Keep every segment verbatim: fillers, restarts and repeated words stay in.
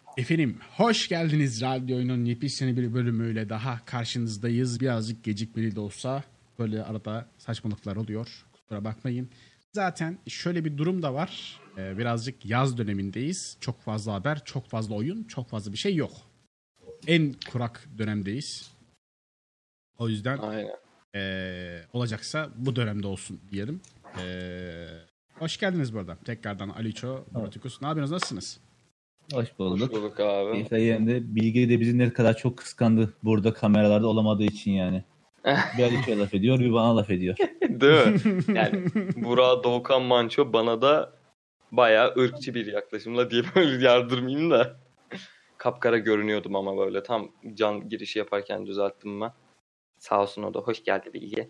Efendim, hoş geldiniz radyoyunun yepyeni bir bölümüyle daha karşınızdayız. Birazcık gecikmeli de olsa böyle arada saçmalıklar oluyor. Kusura bakmayın. Zaten şöyle bir durum da var. Ee, birazcık yaz dönemindeyiz. Çok fazla haber, çok fazla oyun, çok fazla bir şey yok. En kurak dönemdeyiz. O yüzden Aynen. ee, olacaksa bu dönemde olsun diyelim. Ee, hoş geldiniz burada. Tekrardan Aliço, Rotikus. Ne yapıyorsunuz? Nasılsınız? Hoş bulduk. Hoş bulduk abi. Keyifler yerinde. Bilge de bizi ne kadar çok kıskandı burada kameralarda olamadığı için yani. Bir Aliço'ya laf ediyor, bir bana laf ediyor. Değil mi? Yani Burak Doğukan Manço bana da bayağı ırkçı bir yaklaşımla diye böyle yardırmayayım da. Kapkara görünüyordum ama böyle tam can girişi yaparken düzelttim ben. Sağ olsun o da. Hoş geldi Bilge.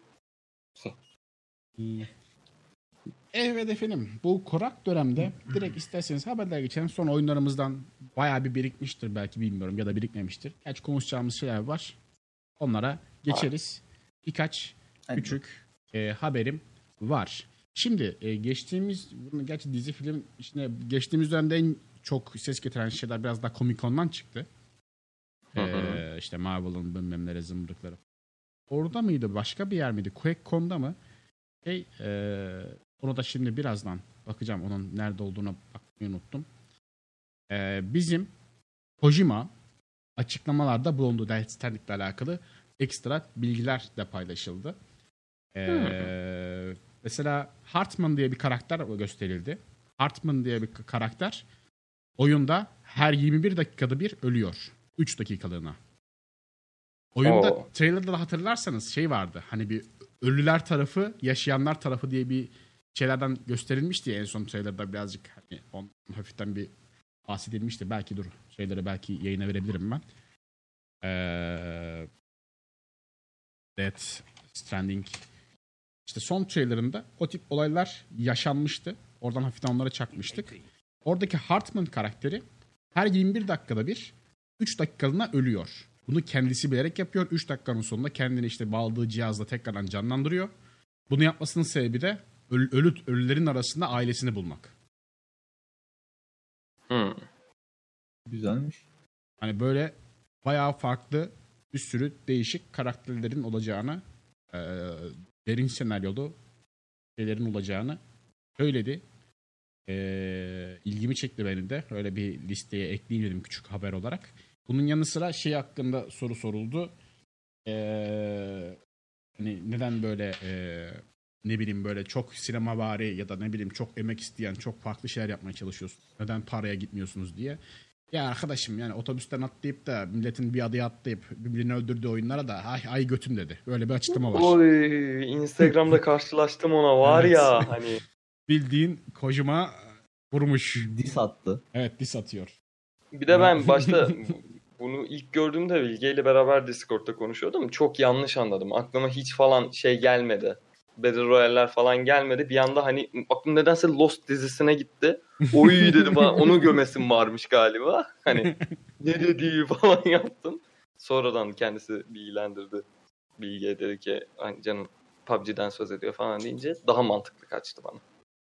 Evet efendim, bu kurak dönemde direkt isterseniz haberler geçelim. Son oyunlarımızdan bayağı bir birikmiştir belki, bilmiyorum, ya da birikmemiştir. Gerçi konuşacağımız şeyler var. Onlara geçeriz. Birkaç küçük e, haberim var. Şimdi e, geçtiğimiz, gerçi dizi film içine geçtiğimiz dönemde en çok ses getiren şeyler biraz daha Comic-Con'dan çıktı. E, işte Marvel'ın bilmem nere zımbırtıkları. Orada mıydı? Başka bir yer miydi? QuakeCon'da mı? Hey, e, onu da şimdi birazdan bakacağım. Onun nerede olduğunu bakmayı unuttum. Ee, bizim Kojima açıklamalarda bulundu. Death Stranding'le alakalı ekstra bilgiler de paylaşıldı. Ee, mesela Hartman diye bir karakter gösterildi. Hartman diye bir karakter oyunda her yirmi bir dakikada bir ölüyor. üç dakikalığına. Oyunda Oo. trailer'da da hatırlarsanız şey vardı. Hani bir ölüler tarafı, yaşayanlar tarafı diye bir şeylerden gösterilmişti ya en son trailer'da, birazcık hani on, hafiften bir bahsedilmişti. Belki dur şeyleri belki yayına verebilirim ben. Ee, Death Stranding işte son trailer'ında o tip olaylar yaşanmıştı. Oradan hafiften onlara çakmıştık. Oradaki Hartman karakteri her yirmi bir dakikada bir üç dakikalığına ölüyor. Bunu kendisi bilerek yapıyor. üç dakikanın sonunda kendini işte bağladığı cihazla tekrardan canlandırıyor. Bunu yapmasının sebebi de ölü, ölü ölülerin arasında ailesini bulmak. Hmm. Güzelmiş. Hani böyle bayağı farklı bir sürü değişik karakterlerin olacağını, e, derin senaryolu şeylerin olacağını söyledi. E, ilgimi çekti benim de. Öyle bir listeye ekleyeyim dedim küçük haber olarak. Bunun yanı sıra şey hakkında soru soruldu. Ee, hani neden böyle e, ne bileyim böyle çok sinemavari ya da ne bileyim çok emek isteyen çok farklı şeyler yapmaya çalışıyorsunuz. Neden paraya gitmiyorsunuz diye. Ya arkadaşım yani otobüsten atlayıp da milletin bir adaya atlayıp birbirini öldürdüğü oyunlara da ay, ay götüm dedi. Böyle bir açıklama var. Oy, Instagram'da karşılaştım ona var Evet. ya hani. Bildiğin Kojima vurmuş. Dis attı. Evet, dis atıyor. Bir de ben başta bunu ilk gördüğümde Bilge ile beraber Discord'da konuşuyordum. Çok yanlış anladım. Aklıma hiç falan şey gelmedi. Battle Royale'ler falan gelmedi. Bir anda hani aklım nedense Lost dizisine gitti. Oy dedim bana onu gömesim varmış galiba. Hani ne dediği falan yaptım. Sonradan kendisi bilgilendirdi. Bilge dedi ki hani canım P U B G'den söz ediyor falan deyince daha mantıklı kaçtı bana.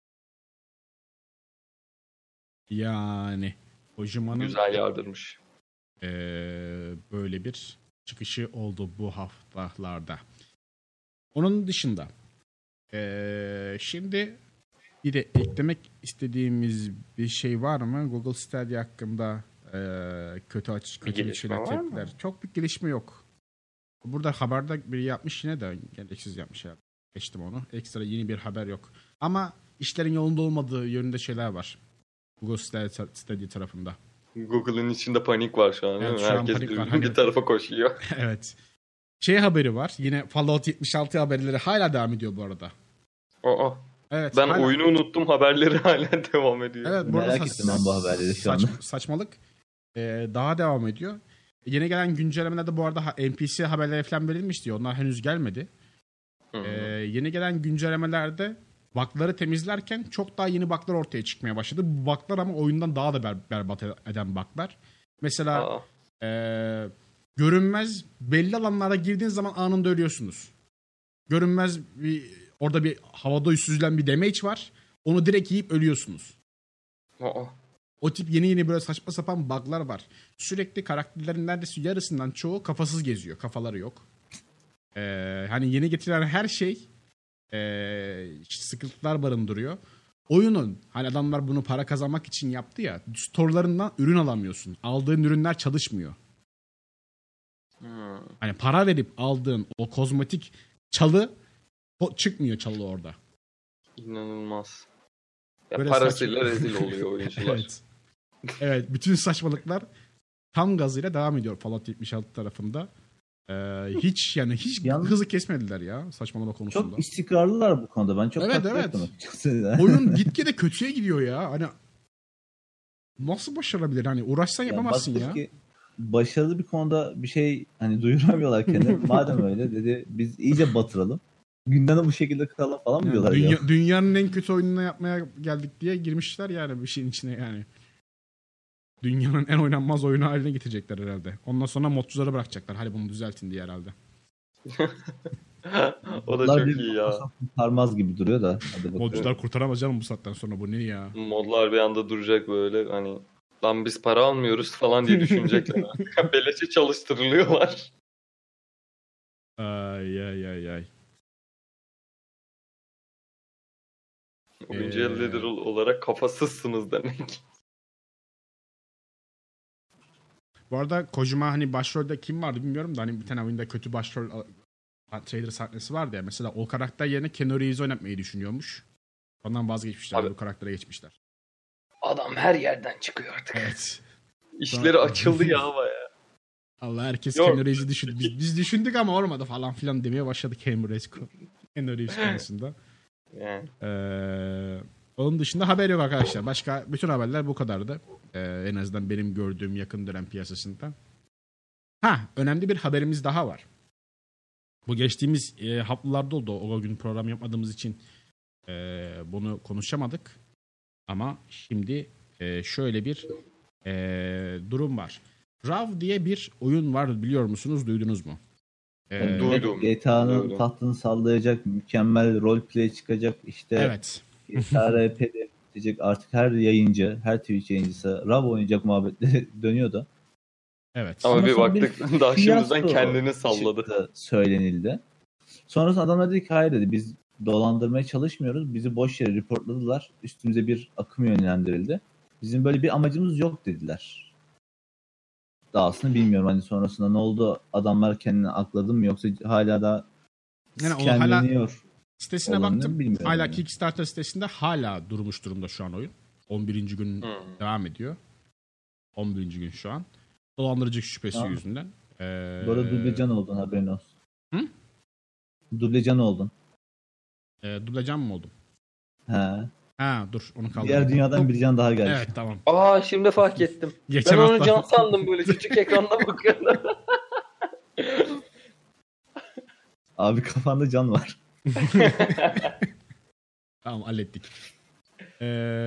Yani Kojima'nın Güzel yardırmış. Ee, böyle bir çıkışı oldu bu haftalarda. Onun dışında ee, şimdi bir de eklemek istediğimiz bir şey var mı? Google Stadia hakkında ee, kötü aç kötü bir şeyler, tepkiler. Çok bir gelişme yok. Burada haberde biri yapmış, yine de gereksiz yapmış ya. Geçtim onu. Ekstra yeni bir haber yok. Ama işlerin yolunda olmadığı yönünde şeyler var. Google Stadia, Stadia tarafında. Google'ın içinde panik var şu an. Evet, değil mi? şu an Herkes panik bir, var. Hani- bir tarafa koşuyor. Evet. Şey haberi var. Yine Fallout yetmiş altı haberleri hala devam ediyor bu arada. Aa, Evet. ben hala... oyunu unuttum. Haberleri hala devam ediyor. Evet, bu arada Merak sa- ettim ben bu haberleri şu anda. saç- saçmalık. Ee, daha devam ediyor. Yeni gelen güncellemelerde bu arada N P C haberleri falan verilmişti. Onlar henüz gelmedi. Ee, yeni gelen güncellemelerde bug'ları temizlerken çok daha yeni bug'lar ortaya çıkmaya başladı. Bu bug'lar ama oyundan daha da ber- berbat eden bug'lar. Mesela ee, görünmez belli alanlara girdiğiniz zaman anında ölüyorsunuz. Görünmez bir orada bir havada süzülen bir damage var. Onu direkt yiyip ölüyorsunuz. Aa. O tip yeni yeni böyle saçma sapan bug'lar var. Sürekli karakterlerin neredeyse yarısından çoğu kafasız geziyor. Kafaları yok. Ee, hani yeni getirilen her şey ee, sıkıntılar barındırıyor. Oyunun hani adamlar bunu para kazanmak için yaptı ya. Store'larından ürün alamıyorsun. Aldığın ürünler çalışmıyor. Hmm. Hani para verip aldığın o kozmetik çalı o çıkmıyor çalı orada. İnanılmaz. Ya Böyle parasıyla saçma- rezil oluyor oyuncular. Evet. Evet, bütün saçmalıklar tam gazıyla devam ediyor Fallout yetmiş altı tarafında. Ee, hiç yani hiç Yalnız- hızı kesmediler ya saçmalama konusunda. Çok istikrarlılar bu konuda. Ben çok Evet, takdir evet. ettim açıkçası. Oyun gitgide kötüye gidiyor ya. Hani nasıl başarabilir? Hani uğraşsan Yani yapamazsın baktık ya. ki başarılı bir konuda bir şey hani duyuramıyorlar kendini. Madem öyle dedi biz iyice batıralım. Gündeme bu şekilde kalalım falan mı Yani diyorlar dünya- ya. dünyanın en kötü oyununu yapmaya geldik diye girmişler yani bir şeyin içine yani. Dünyanın en oynanmaz oyunu haline getirecekler herhalde. Ondan sonra modcuları bırakacaklar. Hadi bunu düzeltin diye herhalde. O da Bunlar çok bir iyi ya. kurtarmaz gibi duruyor da. Hadi bakalım. Modcular kurtaramaz canım bu saatten sonra. Bu ne ya? Modlar bir anda duracak böyle hani lan biz para almıyoruz falan diye düşünecekler. Beleşe çalıştırılıyorlar. Ay ay ay ay. Oyuncu Ee, elde olarak kafasızsınız demek. Bu arada Kojima hani başrolde kim vardı bilmiyorum da hani bir tane oyunda kötü başrol a- trailer sahnesi vardı ya. Mesela o karakter yerine Keanu Reeves oynatmayı düşünüyormuş. Ondan vazgeçmişler. Abi- Bu karaktere geçmişler. Adam her yerden çıkıyor artık. Evet. İşleri açıldı ya havaya. Allah herkes Yok. Keanu Reeves'i düşündü. Biz, biz düşündük ama olmadı falan filan demeye başladık Keanu Reeves, Keanu Reeves konusunda. Yani. Ee, onun dışında haber yok arkadaşlar. Başka bütün haberler bu kadardı. Ee, en azından benim gördüğüm yakın dönem piyasasında. Ha, önemli bir haberimiz daha var. Bu geçtiğimiz e, haftalarda oldu. O gün program yapmadığımız için e, bunu konuşamadık. Ama şimdi e, şöyle bir e, durum var. Rav diye bir oyun var, biliyor musunuz? Duydunuz mu? Ee, Duydum. G T A'nın Duydum. tahtını sallayacak, mükemmel roleplay çıkacak. İşte evet. G T A R P'de bitecek. Artık her yayıncı, her Twitch yayıncısı Rav oynayacak muhabbetleri dönüyordu. Evet. Ama, Ama bir son bir baktık daha şimdiden fiyasko kendini salladı. çıktı, söylenildi. Sonrasında adamlar dedi ki hayır dedi biz dolandırmaya çalışmıyoruz. Bizi boş yere reportladılar. Üstümüze bir akım yönlendirildi. Bizim böyle bir amacımız yok dediler. Dahasını bilmiyorum hani sonrasında ne oldu? Adamlar kendini akladı mı yoksa hala da Yani o hala skemleniyor sitesine olanını baktım. bilmiyorum Hala yani. Kickstarter sitesinde hala durmuş durumda şu an oyun. on birinci gün Hmm. devam ediyor. on birinci gün şu an. Dolandırıcı şüphesi Aa. yüzünden. Ee, Bu arada dublecan oldun haberin olsun. Hı? Dublecan oldun. E, dublecan mı oldum? He. Ha dur onu kaldırdım. Diğer dünyadan bir can daha geldi. Evet tamam. Aa şimdi fark ettim. Geçen ben onu hafta- can sandım böyle küçük ekranda bakıyordum. Abi kafanda can var. Tamam hallettik. Ee,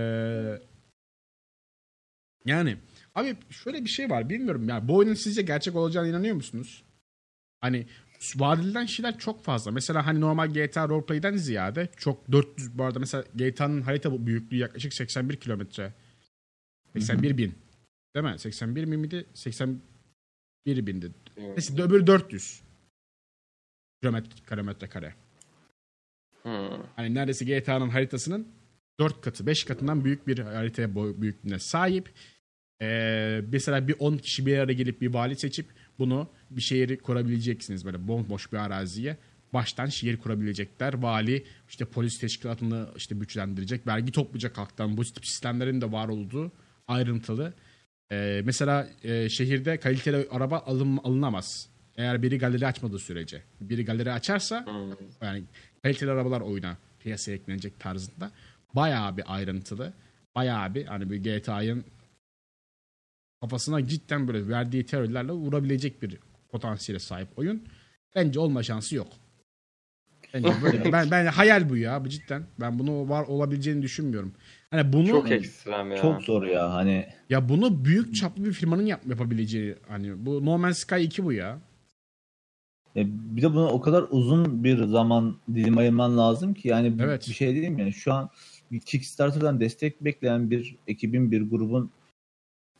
yani abi şöyle bir şey var bilmiyorum yani bu oyunun sizce gerçek olacağına inanıyor musunuz? Hani vaat edilen şeyler çok fazla. Mesela hani normal G T A roleplay'den ziyade çok dört yüz bu arada mesela G T A'nın harita büyüklüğü yaklaşık seksen bir kilometre. seksen bir bin. Değil mi? seksen bir bin miydi? seksen bir bindi. Neyse öbürü dört yüz kilometre, kilometre kare. Hmm. Hani neredeyse G T A'nın haritasının dört katı, beş katından büyük bir haritaya boy, büyüklüğüne sahip. Ee, mesela bir on kişi bir araya gelip bir vali seçip bunu bir şehri kurabileceksiniz böyle bomboş bir araziye. Baştan şehir kurabilecekler. Vali işte polis teşkilatını işte güçlendirecek. Vergi toplayacak halktan. Bu tip sistemlerin de var olduğu ayrıntılı. Ee, mesela e, şehirde kaliteli araba alın, alınamaz. Eğer biri galeri açmadığı sürece. Biri galeri açarsa Hmm. yani kaliteli arabalar oyuna piyasaya eklenecek tarzında. Bayağı bir ayrıntılı. Bayağı bir hani bir G T A'nın kafasına cidden böyle verdiği teorilerle vurabilecek bir potansiyele sahip oyun. Bence olma şansı yok. Bence böyle. ben ben hayal bu ya bu cidden. Ben bunu var olabileceğini düşünmüyorum. Hani bunu Çok ekstrem ya. Çok zor ya hani. ya bunu büyük çaplı bir firmanın yap, yapabileceği hani bu No Man's Sky iki bu ya. E, bir de buna o kadar uzun bir zaman dilimi ayırman lazım ki yani Evet. bir şey diyeyim yani şu an Kickstarter'dan destek bekleyen bir ekibin bir grubun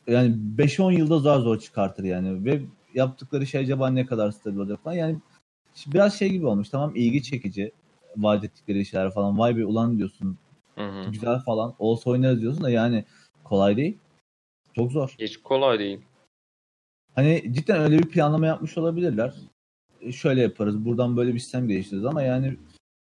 yani beş on yılda zor zor çıkartır yani. Ve yaptıkları şey acaba ne kadar stabil olacak falan. Yani biraz şey gibi olmuş. Tamam, ilgi çekici vaat ettikleri şeyler falan. Vay be ulan diyorsun. Hı hı. Güzel falan. Olsa oynarız diyorsun da yani kolay değil. Çok zor. Hiç kolay değil. Hani cidden öyle bir planlama yapmış olabilirler. E, Şöyle yaparız. Buradan böyle bir sistem geliştiririz ama yani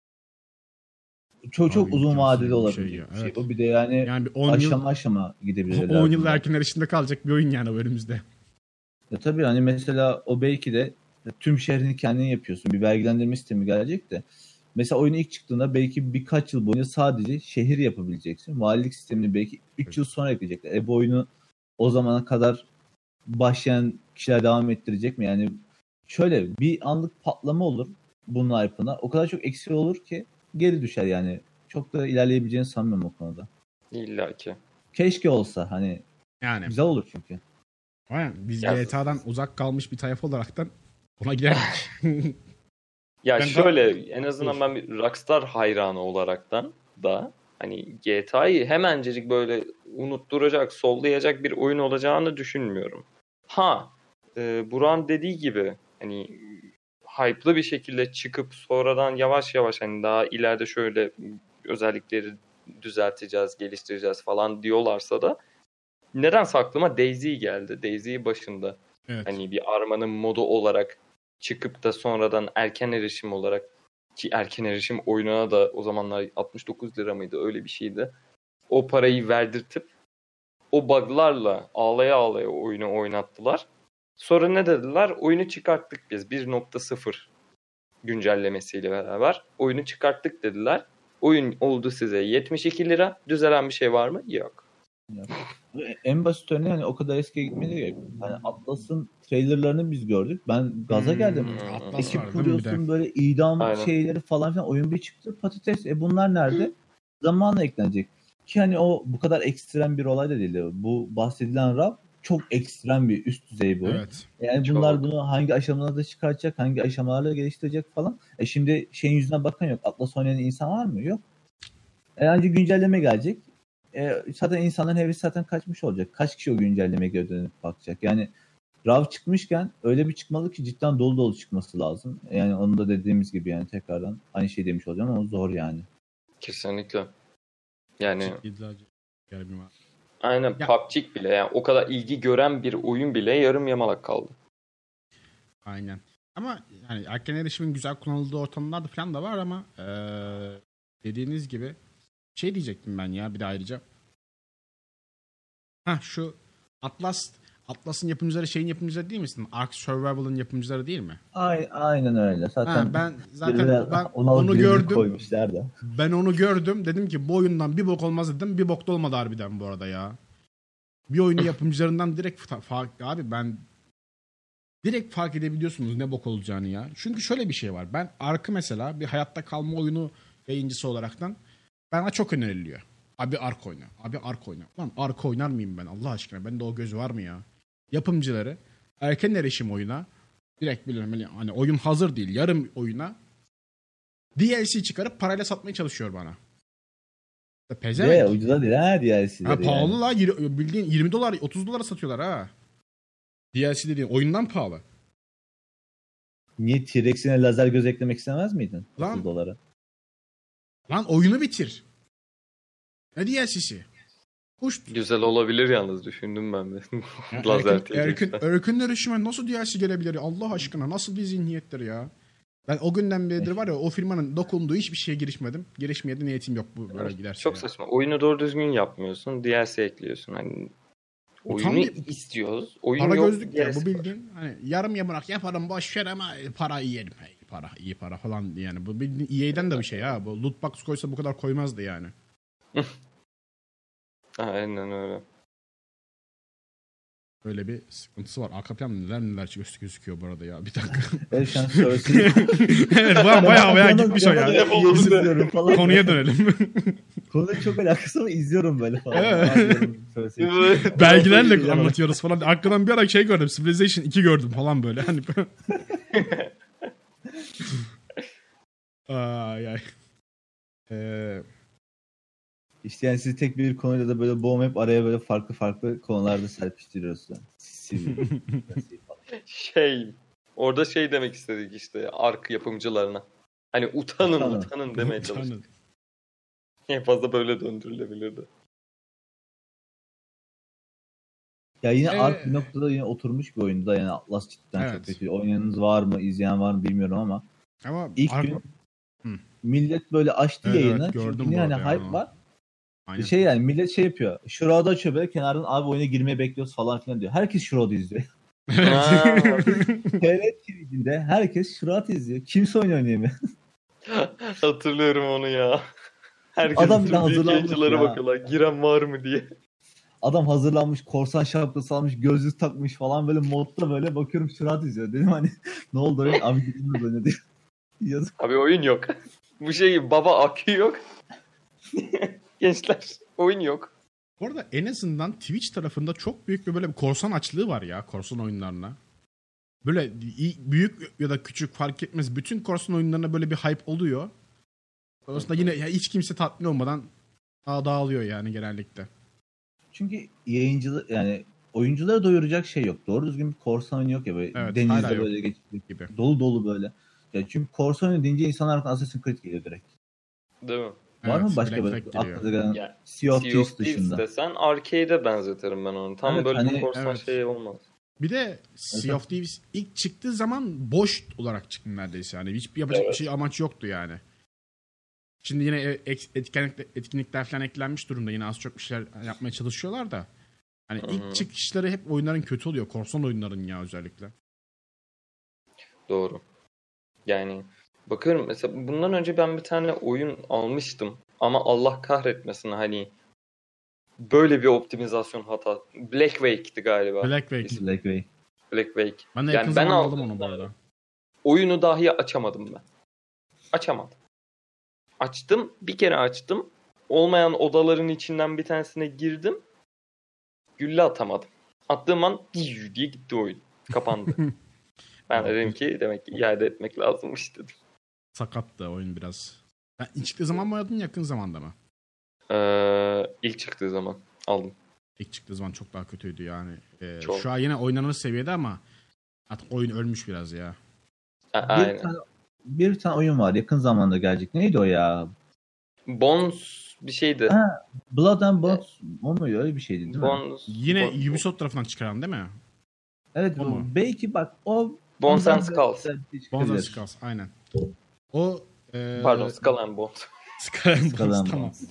çok çok Abi uzun imkansız vadeli gibi bir olabilecek şey ya. bir şey Evet. bu. Bir de yani, Yani bir on yıl aşama aşama gidebilirler. on yıl bunda. erken erişimde kalacak bir oyun yani o önümüzde. Ya tabii hani mesela o belki de tüm şehrini kendin yapıyorsun. Bir vergilendirme sistemi gelecek de. Mesela oyun ilk çıktığında belki birkaç yıl boyunca sadece şehir yapabileceksin. Valilik sistemini belki üç yıl sonra ekleyecekler. E bu oyunu o zamana kadar başlayan kişiler devam ettirecek mi? Yani şöyle bir anlık patlama olur bunun hype'ına. O kadar çok eksiği olur ki geri düşer yani. Çok da ilerleyebileceğini sanmıyorum o konuda. İlla ki. Keşke olsa hani Yani. güzel olur çünkü. Aynen. Biz Ya- G T A'dan uzak kalmış bir tayfa olaraktan ona giderdik. Ya Ben şöyle ga- en azından Buyur. ben bir Rockstar hayranı olaraktan da hani G T A'yı hemencecik böyle unutturacak, sollayacak bir oyun olacağını düşünmüyorum. Ha, e, Burak'ın dediği gibi hani hype'lı bir şekilde çıkıp sonradan yavaş yavaş hani daha ileride şöyle özellikleri düzelteceğiz, geliştireceğiz falan diyorlarsa da nedense aklıma Daisy geldi. Daisy başında. Evet. Hani bir Arma'nın modu olarak çıkıp da sonradan erken erişim olarak, ki erken erişim oyununa da o zamanlar altmış dokuz lira mıydı öyle bir şeydi. O parayı verdirtip o bug'larla ağlaya ağlaya oyunu oynattılar. Sonra ne dediler? Oyunu çıkarttık biz bir nokta sıfır güncellemesiyle beraber. Oyunu çıkarttık dediler. Oyun oldu size yetmiş iki lira. Düzelen bir şey var mı? Yok. Ve en basit örneği hani o kadar eskiye gitmeye gerek yok. Hani Atlas'ın trailerlarını biz gördük. Ben gaza geldim. Hmm, Atlas Ekip vardı değil mi bir de? kuruyorsun böyle idam Aynen. şeyleri falan filan. Oyun bir çıktı patates. E bunlar nerede? Zamanla eklenecek. Ki hani o bu kadar ekstrem bir olay da değildi. Bu bahsedilen R A V çok ekstrem bir üst düzey bir oyun. Evet. Yani Çok. bunlar bunu hangi aşamalarda çıkartacak, hangi aşamalarla geliştirecek falan. E şimdi şeyin yüzüne bakan yok. Atlas oynayan insan var mı? Yok. E ancak güncelleme gelecek. E, zaten insanların hevesi zaten kaçmış olacak. Kaç kişi o güncellemeye göre dönüp bakacak? Yani R A V çıkmışken öyle bir çıkmalı ki cidden dolu dolu çıkması lazım. Yani onu da dediğimiz gibi yani tekrardan aynı şey demiş olacağım ama zor yani. Kesinlikle. Yani Yani aynen Ya- P U B G bile yani o kadar ilgi gören bir oyun bile yarım yamalak kaldı. Aynen. Ama yani erken erişimin güzel kullanıldığı ortamlarda falan da var ama eee, dediğiniz gibi şey diyecektim ben ya bir de ayrıca. Ha şu Atlas Atlas'ın yapımcıları şeyin yapımcıları değil misin? Ark Survival'ın yapımcıları değil mi? Ay, aynen öyle. Zaten Ha, ben zaten birileri ben ona alıp onu birini gördüm. koymuşlar da. Ben onu gördüm. Dedim ki bu oyundan bir bok olmaz dedim. Bir bok da olmadı harbiden bu arada ya. Bir oyunun yapımcılarından direkt fa- fark abi ben direkt fark edebiliyorsunuz ne bok olacağını ya. Çünkü şöyle bir şey var. Ben Ark'ı mesela bir hayatta kalma oyunu yayıncısı olaraktan bana çok öneriliyor. Abi Ark oyna. Abi Ark oyna. Lan Ark oynar mıyım ben Allah aşkına? Bende o göz var mı ya? Yapımcıları erken erişim oyuna direkt biliyorum hani oyun hazır değil yarım oyuna D L C çıkarıp parayla satmaya çalışıyor bana. Ve Pezevenk. ucuza değil ha D L C'leri Ha pahalı yani. la yir- bildiğin yirmi dolar otuz dolara satıyorlar ha. D L C dediğin oyundan pahalı. Niye T-Rex'ine lazer göz eklemek istemez miydin? Lan- otuz dolara. Lan oyunu bitir. Ne D L C'si? Kuş. Güzel olabilir yalnız düşündüm ben de. Ya Lazer Erkin, Erkin, T-Rex'ten. Erkin erişime nasıl D L C gelebilir ya? Allah aşkına nasıl bir zihniyettir ya? Ben o günden beridir var ya o firmanın dokunduğu hiçbir şeye girişmedim. Girişmeye de niyetim yok bu böyle giderse. Çok ya. saçma. Oyunu doğru düzgün yapmıyorsun. D L C ekliyorsun. Hani Bu oyunu tam bir- istiyoruz. Oyun Para yok. gözlük ya D L C bu var. bildiğin hani yarım yamurak yaparım boş ver ama para yiyelim. Hey, para iyi para falan yani bu bildiğin E A'den de bir şey ha. Bu loot box koysa bu kadar koymazdı yani. Aynen öyle. Böyle bir sıkıntısı var. Arka planda neler neler göz- gözüküyor bu arada ya. Bir dakika. Evet şu an Cersei. Evet baya baya baya gitmiş o ya. İzliyorum falan. Konuya dönelim. Konuyla çok alakası ama izliyorum böyle falan. Evet. Anlıyorum Cersei. Belgelerle anlatıyoruz falan. Arkadan bir ara şey gördüm. Civilization iki gördüm falan böyle. Hani ay ay. Ee, İşte yani sizi tek bir konuyla da böyle boğmayıp araya böyle farklı farklı konularda serpiştiriyorsun. Sivil. Şey, orada şey demek istedik işte Ark yapımcılarına. Hani utanın Utanın. utanın demeye çalıştık. Utanın. En fazla böyle döndürülebilirdi. Ya yine Evet. Ark bir noktada yine oturmuş bir oyunda. Yani Atlas cidden Evet. çok kötü. Oynayanınız var mı, izleyen var mı bilmiyorum ama Ama ilk Ark- gün Hı. millet böyle açtı Evet, yayını. evet, gördüm Çünkü yine bu hani arada hype ya. var. Aynen. Şey yani millet şey yapıyor. Şurada açıyor böyle kenardan abi oyuna girmeye bekliyoruz falan filan diyor. Herkes Şurada izliyor. Aa. T R T V'de herkes Şurada izliyor. Kimse oyun oynayamıyor. Hatırlıyorum onu ya. Herkes Adam bütün bile hazırlanmış yayıncılara ya. bakıyorlar. Giren var mı diye. Adam hazırlanmış, korsan şapkası almış, gözlük takmış falan böyle modda böyle bakıyorum Şurada izliyor. Dedim hani ne oldu oyun? Abi gidilmez oyuna diyor. Yazık. Abi oyun yok. Bu şey baba akü yok. Gençler oyun yok. Bu arada en azından Twitch tarafında çok büyük bir böyle bir korsan açlığı var ya korsan oyunlarına. Böyle iyi- büyük ya da küçük fark etmez. Bütün korsan oyunlarına böyle bir hype oluyor. Aslında yine ya hiç kimse tatmin olmadan daha dağılıyor yani genellikle. Çünkü yayıncılar yani oyuncuları doyuracak şey yok. Doğru düzgün bir korsan oyunu yok ya böyle Evet, hala denizde yok böyle geçecek gibi. dolu dolu böyle. Ya çünkü korsan oyunu deyince insanlar aklına Assassin's Creed geliyor direkt. Değil mi? Var Evet, mı başka Black böyle Flag geliyor. aklınıza gelen Yani Sea of Sea Thieves of Thieves dışında? desen arcade'e benzetirim ben onu. Tam Evet, böyle hani- bir korsan Evet. şey olmaz. Bir de Sea Evet. of Thieves ilk çıktığı zaman boş olarak çıktı neredeyse yani. Hiçbir yapacak Evet. bir şey amaç yoktu yani. Şimdi yine ek- etkinlik, etkinlikler falan eklenmiş durumda. Yine az çok bir şeyler yapmaya çalışıyorlar da. Hani Hı hı. ilk çıkışları hep oyunların kötü oluyor. Korsan oyunların ya özellikle. Doğru. Yani bakıyorum mesela bundan önce ben bir tane oyun almıştım. Ama Allah kahretmesin hani böyle bir optimizasyon hata. Black Wake'ti galiba. Black Wake. İsmi. Black Way. Black Wake. Ben de yakın Yani ben zamanda aldım aldım. onu bu arada. Oyunu dahi açamadım ben. Açamadım. Açtım. Bir kere açtım. Olmayan odaların içinden bir tanesine girdim. Gülle atamadım. Attığım an diye gitti oyun. Kapandı. Ben de dedim ki demek ki iade etmek lazımmış dedim. Sakattı oyun biraz. Ben ilk çıktığı zaman mı oynadın yakın zamanda mı? Ee, ilk çıktığı zaman aldım. İlk çıktığı zaman çok daha kötüydü yani. Ee, Çok. şu an yine oynanır seviyede ama artık oyun ölmüş biraz ya. A- Bir aynen. tane, bir tane oyun var yakın zamanda gelecek. Neydi o ya? Bones bir şeydi. Ha, Blood and Bones o muydu? Öyle bir şeydi değil mi? Bones. Yine Bon- Ubisoft tarafından çıkaran değil mi? Evet O bu- mu? belki bak o Bones ondan and Skulls. güzel bir şey Bones and çıkabilir. Skulls aynen. O e, Pardon, Skull and Bones. Skull and Skull Bones and tamam. Bones.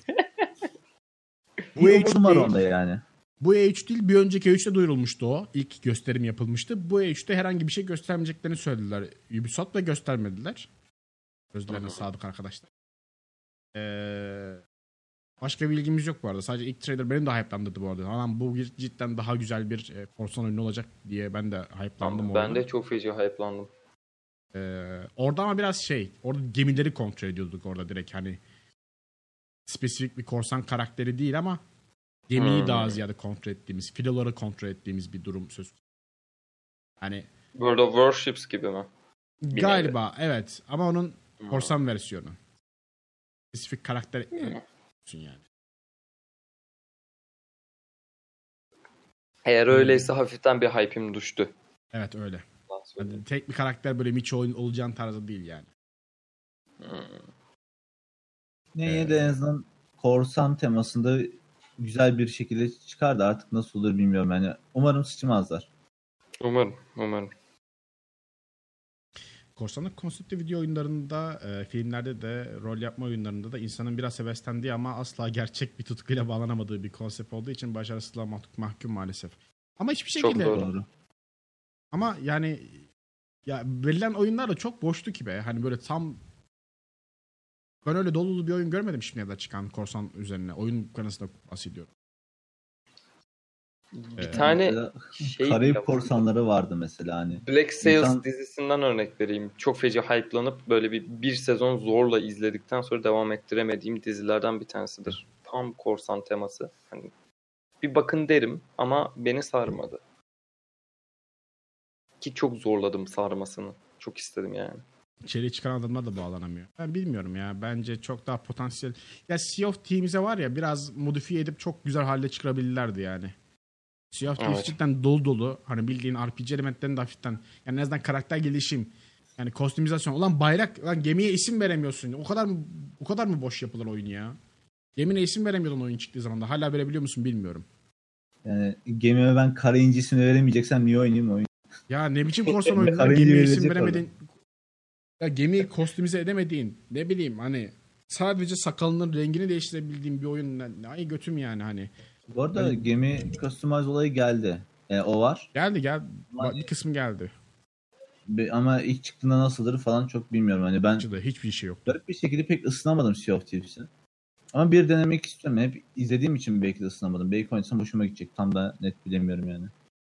Bu Bu E E üç umudum var değil. onda yani. Bu E üç değil bir önceki E üçte duyurulmuştu o. İlk gösterim yapılmıştı. Bu E üçte herhangi bir şey göstermeyeceklerini söylediler. Ubisoft ve göstermediler. Sözlerine sadık arkadaşlar. Ee, başka bir bilgimiz yok bu arada. Sadece ilk trailer benim de hype'landırdı bu arada. Anam bu cidden daha güzel bir e, korsan oyunu olacak diye ben de hype'landım Ama orada. ben de çok feci hype'landım. Ee, orada ama biraz şey, orada gemileri kontrol ediyorduk orada direkt hani spesifik bir korsan karakteri değil ama gemiyi Hmm. daha ziyade kontrol ettiğimiz, filoları kontrol ettiğimiz bir durum söz konusu. Hani World of Warships gibi mi? galiba evet ama onun Hmm. korsan versiyonu. Spesifik karakter Hmm. yapıyorsun yani. Eğer öyleyse hafiften bir hype'im düştü. Evet öyle. Daha söyleyeyim. Yani tek bir karakter böyle Micho oyun olacağın tarzı değil yani. Hmm. Neye Ee, de en azından korsan temasında güzel bir şekilde çıkar da artık nasıl olur bilmiyorum yani. Umarım sıçmazlar. Umarım, umarım. Korsanlık konseptli video oyunlarında, e, filmlerde de, rol yapma oyunlarında da insanın biraz heveslendiği ama asla gerçek bir tutkuyla bağlanamadığı bir konsept olduğu için başarısızlığa mah- mahkum maalesef. Ama hiçbir Çok şekilde doğru. Doğru. ama yani ya verilen oyunlar da çok boştu ki be. Hani böyle tam ben öyle dolu dolu bir oyun görmedim şimdiye kadar çıkan korsan üzerine. Oyun kanısında bahsediyorum. Bir Ee, tane Mesela şey Karayip bile var. korsanları vardı mesela hani. Black Sails İnsan- dizisinden örnek vereyim. Çok feci hype'lanıp böyle bir bir sezon zorla izledikten sonra devam ettiremediğim dizilerden bir tanesidir. Tam korsan teması. Hani bir bakın derim ama beni sarmadı. Ki çok zorladım sarmasını. Çok istedim yani. içeriye çıkan adamlar da bağlanamıyor. Ben bilmiyorum ya. Bence çok daha potansiyel. Ya Sea of Thieves'e var ya biraz modifiye edip çok güzel halde çıkarabilirlerdi yani. Sea of Thieves Evet. cidden dolu dolu. Hani bildiğin R P G elementlerini de hafiften. Yani en azından karakter gelişim. Yani kostümizasyon. Ulan bayrak, lan gemiye isim veremiyorsun. O kadar mı o kadar mı boş yapılan oyun ya? Gemine isim veremiyordun oyun çıktığı zaman da. Hala verebiliyor musun bilmiyorum. Yani gemime ben kara incisini veremeyeceksem niye oynayayım oyun? Ya ne biçim korsan oyunlar, Karıncı gemiye isim verilecek veremedin. Ya gemiyi kostümize edemediğin, ne bileyim hani sadece sakalının rengini değiştirebildiğin bir oyun. Ne- Ay götüm yani hani. Bu arada Hani- gemi customize olayı geldi. Yani o var. Geldi gel. Hani- Bir kısmı geldi. Be- Ama ilk çıktığında nasıldır falan çok bilmiyorum. Hani ben Hiç de hiçbir şey yok. garip bir şekilde pek ısınamadım Sea of Thieves'i. Ama bir denemek istiyorum. Hep izlediğim için belki de ısınamadım. Belki oynasam hoşuma gidecek. Tam da net bilemiyorum yani.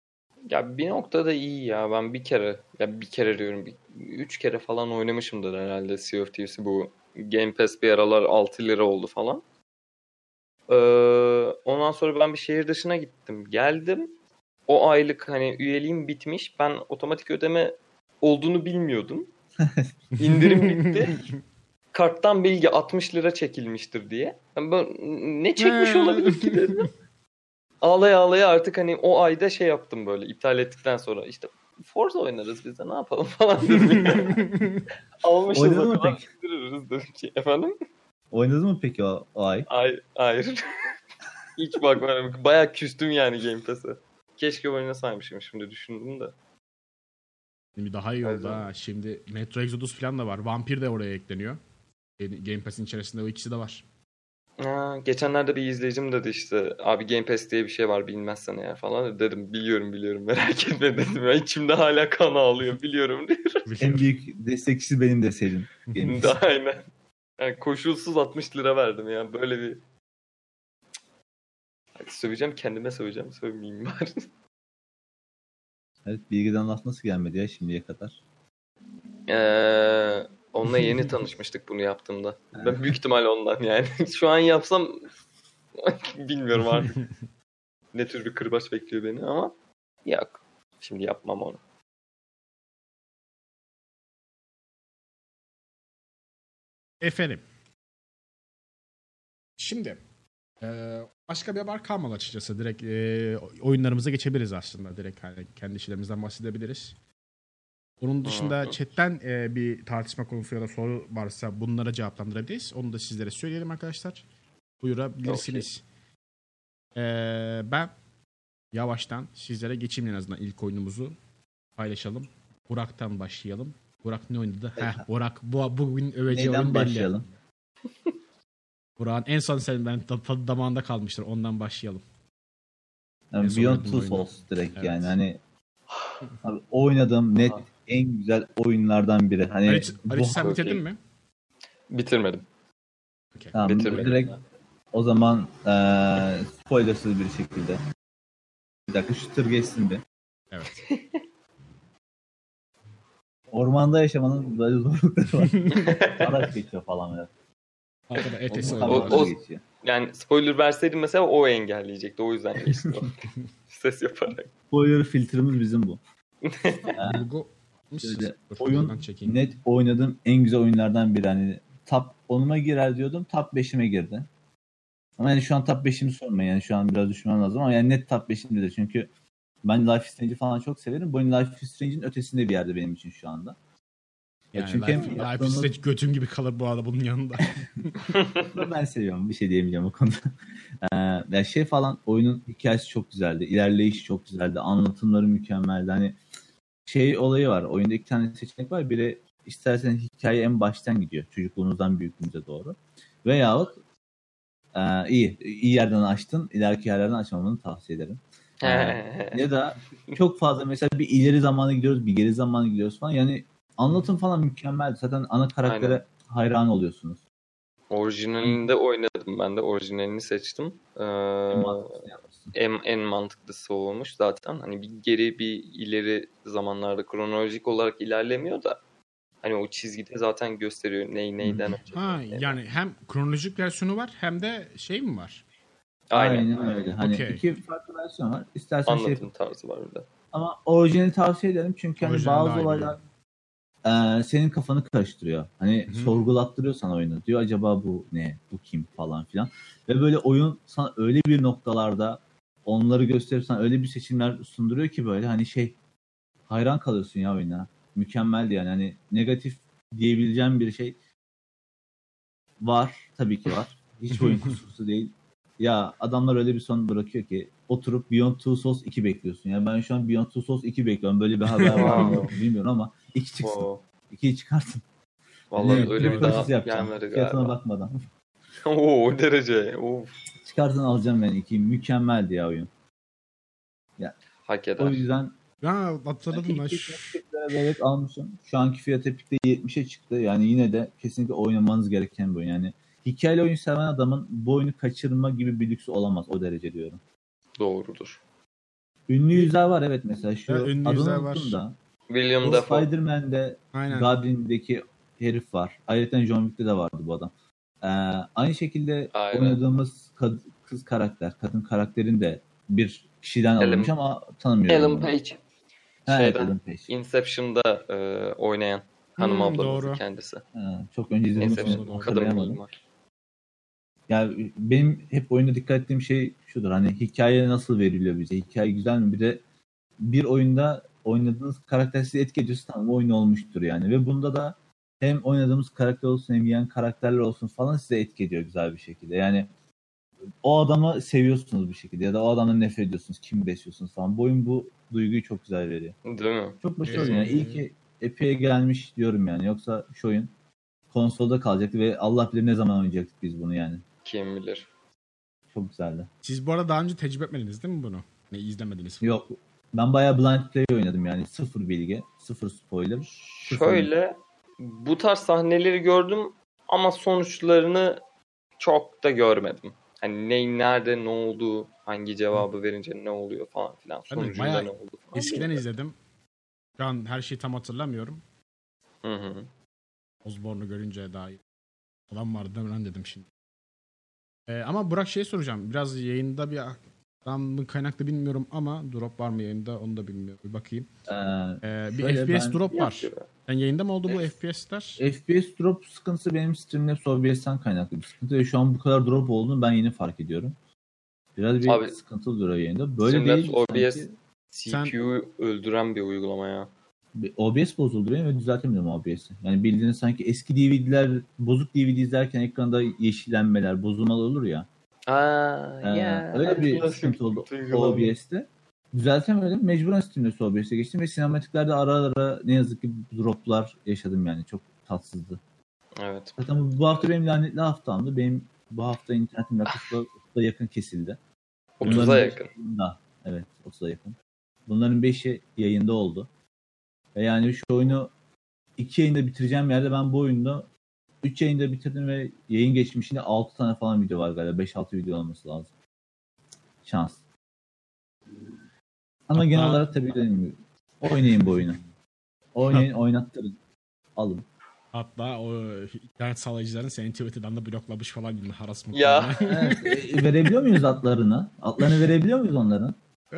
Ya bir noktada iyi ya. Ben bir kere, ya bir kere diyorum, bir, üç kere falan oynamışımdır herhalde Sea of Thieves'i. Bu Game Pass bir aralar altı lira oldu falan. Ee, ondan sonra ben bir şehir dışına gittim. Geldim. O aylık hani üyeliğim bitmiş. Ben otomatik ödeme olduğunu bilmiyordum. İndirim bitti. Karttan bilgi altmış lira çekilmiştir diye. Ben, ben ne çekmiş olabilir ki dedim. Ağlaya ağlaya artık hani o ayda şey yaptım böyle iptal ettikten sonra işte Forza oynarız biz de ne yapalım falan dedim. Yani. Almışız Oynadın o mı kadar peki? indiririz dedim ki. Efendim? Oynadın mı peki o, o ay? Hayır. Hayır. Hiç bakmadım. Bayağı küstüm yani Game Pass'e. Keşke oynasaymışım şimdi düşündüm de. Şimdi daha iyi Her oldu zaman. ha. Şimdi Metro Exodus falan da var. Vampir de oraya ekleniyor. Game Pass'in içerisinde o ikisi de var. Ha, geçenlerde bir izleyicim dedi işte abi Game Pass diye bir şey var bilmezsen eğer falan dedim biliyorum biliyorum merak etme dedim ya içimde hala kan ağlıyor biliyorum diyorum. En büyük destekçisi benim deseydin. Da aynen. Yani koşulsuz altmış lira verdim ya böyle bir Hadi söveceğim kendime söveceğim sövmeyeyim bari. Evet, bilgiden laf nasıl gelmedi ya şimdiye kadar? Ee, onunla yeni tanışmıştık bunu yaptığımda. Ben büyük ihtimal ondan yani. Şu an yapsam bilmiyorum artık ne tür bir kırbaç bekliyor beni ama yok. Şimdi yapmam onu. Efendim. Şimdi e, başka bir haber kalmadı açıkçası. Direkt e, oyunlarımıza geçebiliriz aslında. Direkt hani kendi işlerimizden bahsedebiliriz. Onun dışında chatten e, bir tartışma konusu ya da soru varsa bunlara cevaplandırabiliriz. Onu da sizlere söyleyelim arkadaşlar. Buyurabilirsiniz. E, ben yavaştan sizlere geçeyim en azından ilk oyunumuzu paylaşalım. Burak'tan başlayalım. Burak ne oynadı? Heh, Burak bu, bugün öveceği oyun Neyden belli. başlayalım? Burak'ın en son sen ben tadı damağında kalmıştır. Ondan başlayalım. Yani En son Beyond oynadığım Two oyunu. Souls direkt Evet. yani hani abi, oynadığım net en güzel oyunlardan biri. Hani Ali, bu Ali sen Çok bitirdin iyi. mi? Bitirmedim. Okay. tamam, bitirmedim. direkt o zaman eee spoilersız bir şekilde. Bir dakika şu tır geçsin bir. Evet. Ormanda yaşamanın böyle zorlukları var. Araç geçiyor falan böyle. Arkada E T S O, oynuyorlar. o- o, geçiyor. Yani spoiler verseydim mesela o engelleyecekti. O yüzden geçti o. Ses yaparak. Spoiler filtremiz bizim bu. Burgu Şöyle, Dur, oyun buradan çekeyim. net oynadığım en güzel oyunlardan biri. Hani top onuma girer diyordum. Top beşime girdi. Ama yani şu an top beşimi sormayın. Yani şu an biraz düşünmem lazım ama yani net top beşimdedir. Çünkü ben Life is Strange'i falan çok severim. Bu oyun Life is Strange'in ötesinde bir yerde benim için şu anda. Yani çünkü Life, hem Life is yaptığımız- Strange götüm gibi kalır bu arada bunun yanında. ben seviyorum. Bir şey diyemeyeceğim o konuda. Ee, yani şey falan oyunun hikayesi çok güzeldi. İlerleyiş çok güzeldi. Anlatımları mükemmeldi. Hani şey olayı var. Oyunda iki tane seçenek var. Biri isterseniz hikaye en baştan gidiyor. Çocukluğunuzdan büyüklüğünüze doğru. Veyahut e, iyi. iyi yerden açtın. İleriki yerlerden açmamanı tavsiye ederim. Ee, ya da çok fazla mesela bir ileri zamana gidiyoruz, bir geri zamana gidiyoruz falan. Yani anlatım falan mükemmeldi. Zaten ana karaktere Aynen. hayran oluyorsunuz. Orijinalinde oynadım ben de. Orijinalini seçtim. Ee, En mantıklı yapmışsın. en, en mantıklısı olmuş zaten. Hani bir geri bir ileri zamanlarda kronolojik olarak ilerlemiyor da hani o çizgide zaten gösteriyor ney neyden önce. Ha neyden. yani hem kronolojik versiyonu var hem de şey mi var? Aynen. Aynen öyle. Hani Okey. iki farklı versiyon var. İstersen şey Anlatım tarzı var burada. ama orijinali tavsiye ederim çünkü hani Orijinal daha bazı iyi olaylar biliyorum. e, senin kafanı karıştırıyor. Hani Hı. sorgulattırıyor sana oyunu. Diyor acaba bu ne? Bu kim falan filan. Ve böyle oyun sana öyle bir noktalarda onları gösterip sana öyle bir seçimler sunduruyor ki böyle hani şey hayran kalıyorsun ya oyuna. Mükemmeldi yani. Hani negatif diyebileceğim bir şey var. Tabii ki var. Hiç oyun kusursu değil. Ya adamlar öyle bir son bırakıyor ki oturup Beyond Two Souls iki bekliyorsun. Yani ben şu an Beyond Two Souls iki bekliyorum. Böyle bir haber var mı yok mu bilmiyorum ama iki çıksın. Wow. ikiyi çıkartın. Vallahi Yani öyle direkt bir purchase daha yapacağım. gelmedi Fiyatına galiba. bakmadan. Oo, o derece. Of. Çıkartın alacağım ben ikiyi. Mükemmeldi ya oyun. Ya, Hak o eder. yüzden Ya hatırladım lan. İlk evet almışım. Şu anki fiyat Epic'te yetmişe çıktı. Yani yine de kesinlikle oynamanız gereken bir oyun. Yani hikayeli oyun seven adamın bu oyunu kaçırma gibi bir lüksü olamaz o derece diyorum. Doğrudur. Ünlü yüzler var evet mesela şu Evet, ünlü adını yüzler unuttum var. da. William O Dafoe. Spider-Man'de Aynen. Goblin'deki herif var. Ayrıca John Wick'te de vardı bu adam. Ee, aynı şekilde Aynen. oynadığımız kad- kız karakter, kadın karakterin de bir kişiden Ellen- alınmış ama tanımıyorum. Ellen bunu. Page. Ha, evet, Şeyden, Ellen Page. Inception'da e, oynayan hanım Hmm, ablamızın doğru. kendisi. Ha, çok önce izlediğim için Inception doğru. kadın hatırlayamadım. mimar. Yani benim hep oyunda dikkat ettiğim şey şudur. Hani hikaye nasıl veriliyor bize? Hikaye güzel mi? Bir de bir oyunda oynadığınız karakter sizi etki ediyorsa tamam oyun olmuştur yani. Ve bunda da hem oynadığımız karakter olsun hem yan karakterler olsun falan size etki ediyor güzel bir şekilde. Yani o adamı seviyorsunuz bir şekilde ya da o adamdan nefret ediyorsunuz. Kimi besliyorsunuz falan. Bu oyun bu duyguyu çok güzel veriyor. Değil mi? Çok başarılı Ee, yani. İyi ki Epic'e gelmiş diyorum yani. Yoksa şu oyun konsolda kalacaktı ve Allah bilir ne zaman oynayacaktık biz bunu yani. Kim bilir. Çok güzeldi. Siz bu arada daha önce tecrübe etmediniz değil mi bunu? Ne izlemediniz? Yok. Ben bayağı blind play oynadım yani. Sıfır bilgi, sıfır spoiler. Sıfır Şöyle bu tarz sahneleri gördüm ama sonuçlarını çok da görmedim. Hani ne nerede ne oldu, hangi cevabı verince ne oluyor falan filan. Ben de Sonucunda bayağı ne oldu falan. Eskiden izledim. Şu an her şeyi tam hatırlamıyorum. Hı hı. Osborne'u görünce daha iyi. Olan vardı değil mi lan dedim şimdi. Ee, ama Burak şey soracağım. Biraz yayında bir mı kaynaklı bilmiyorum ama drop var mı yayında onu da bilmiyorum. Bir bakayım. Ee, Ee, bir şöyle F P S ben- drop var. Yok gibi. Yani yayında mı oldu bu F- F P S'ler? F P S drop sıkıntısı benim stream'de O B S'ten kaynaklı bir sıkıntı ve şu an bu kadar drop olduğunu ben yeni fark ediyorum. Biraz bir Abi, sıkıntılı duruyor yayında. Böyle Streamlabs değil. O B S sanki C P U'yu öldüren bir uygulama ya. bir O B S bozuldu benim ve düzeltemedim O B S'i. Yani bildiğiniz sanki eski D V D'ler, bozuk D V D izlerken ekranda yeşillenmeler, bozulmalar olur ya. Aa, Ee, ya. öyle bir Nasıl sıkıntı oldu kötü uygulama. O B S'te. Düzeltemedim. Mecburen Steam'de O B S'e geçtim ve sinematiklerde ara ara ne yazık ki droplar yaşadım yani. Çok tatsızdı. Evet. Zaten bu, bu hafta benim lanetli haftamdı. Benim bu hafta internetim yaklaşık otuza yakın kesildi. otuza Bunların yakın. beşi- Da, evet otuza yakın. Bunların beşi yayında oldu. Ve yani şu oyunu iki yayında bitireceğim yerde ben bu oyunda üç yayında bitirdim ve yayın geçmişinde altı tane falan video var galiba. beş altı video olması lazım. Şans. Ama Hatta- genel olarak tabii dediğim gibi oynayın bu oyunu. Oynayın, oynattırın. Alın. Hatta o internet sağlayıcıların senin Twitter'dan da bloklamış falan gibi harassment. Ya. Evet, e, verebiliyor muyuz atlarını? Atlarını verebiliyor muyuz onların?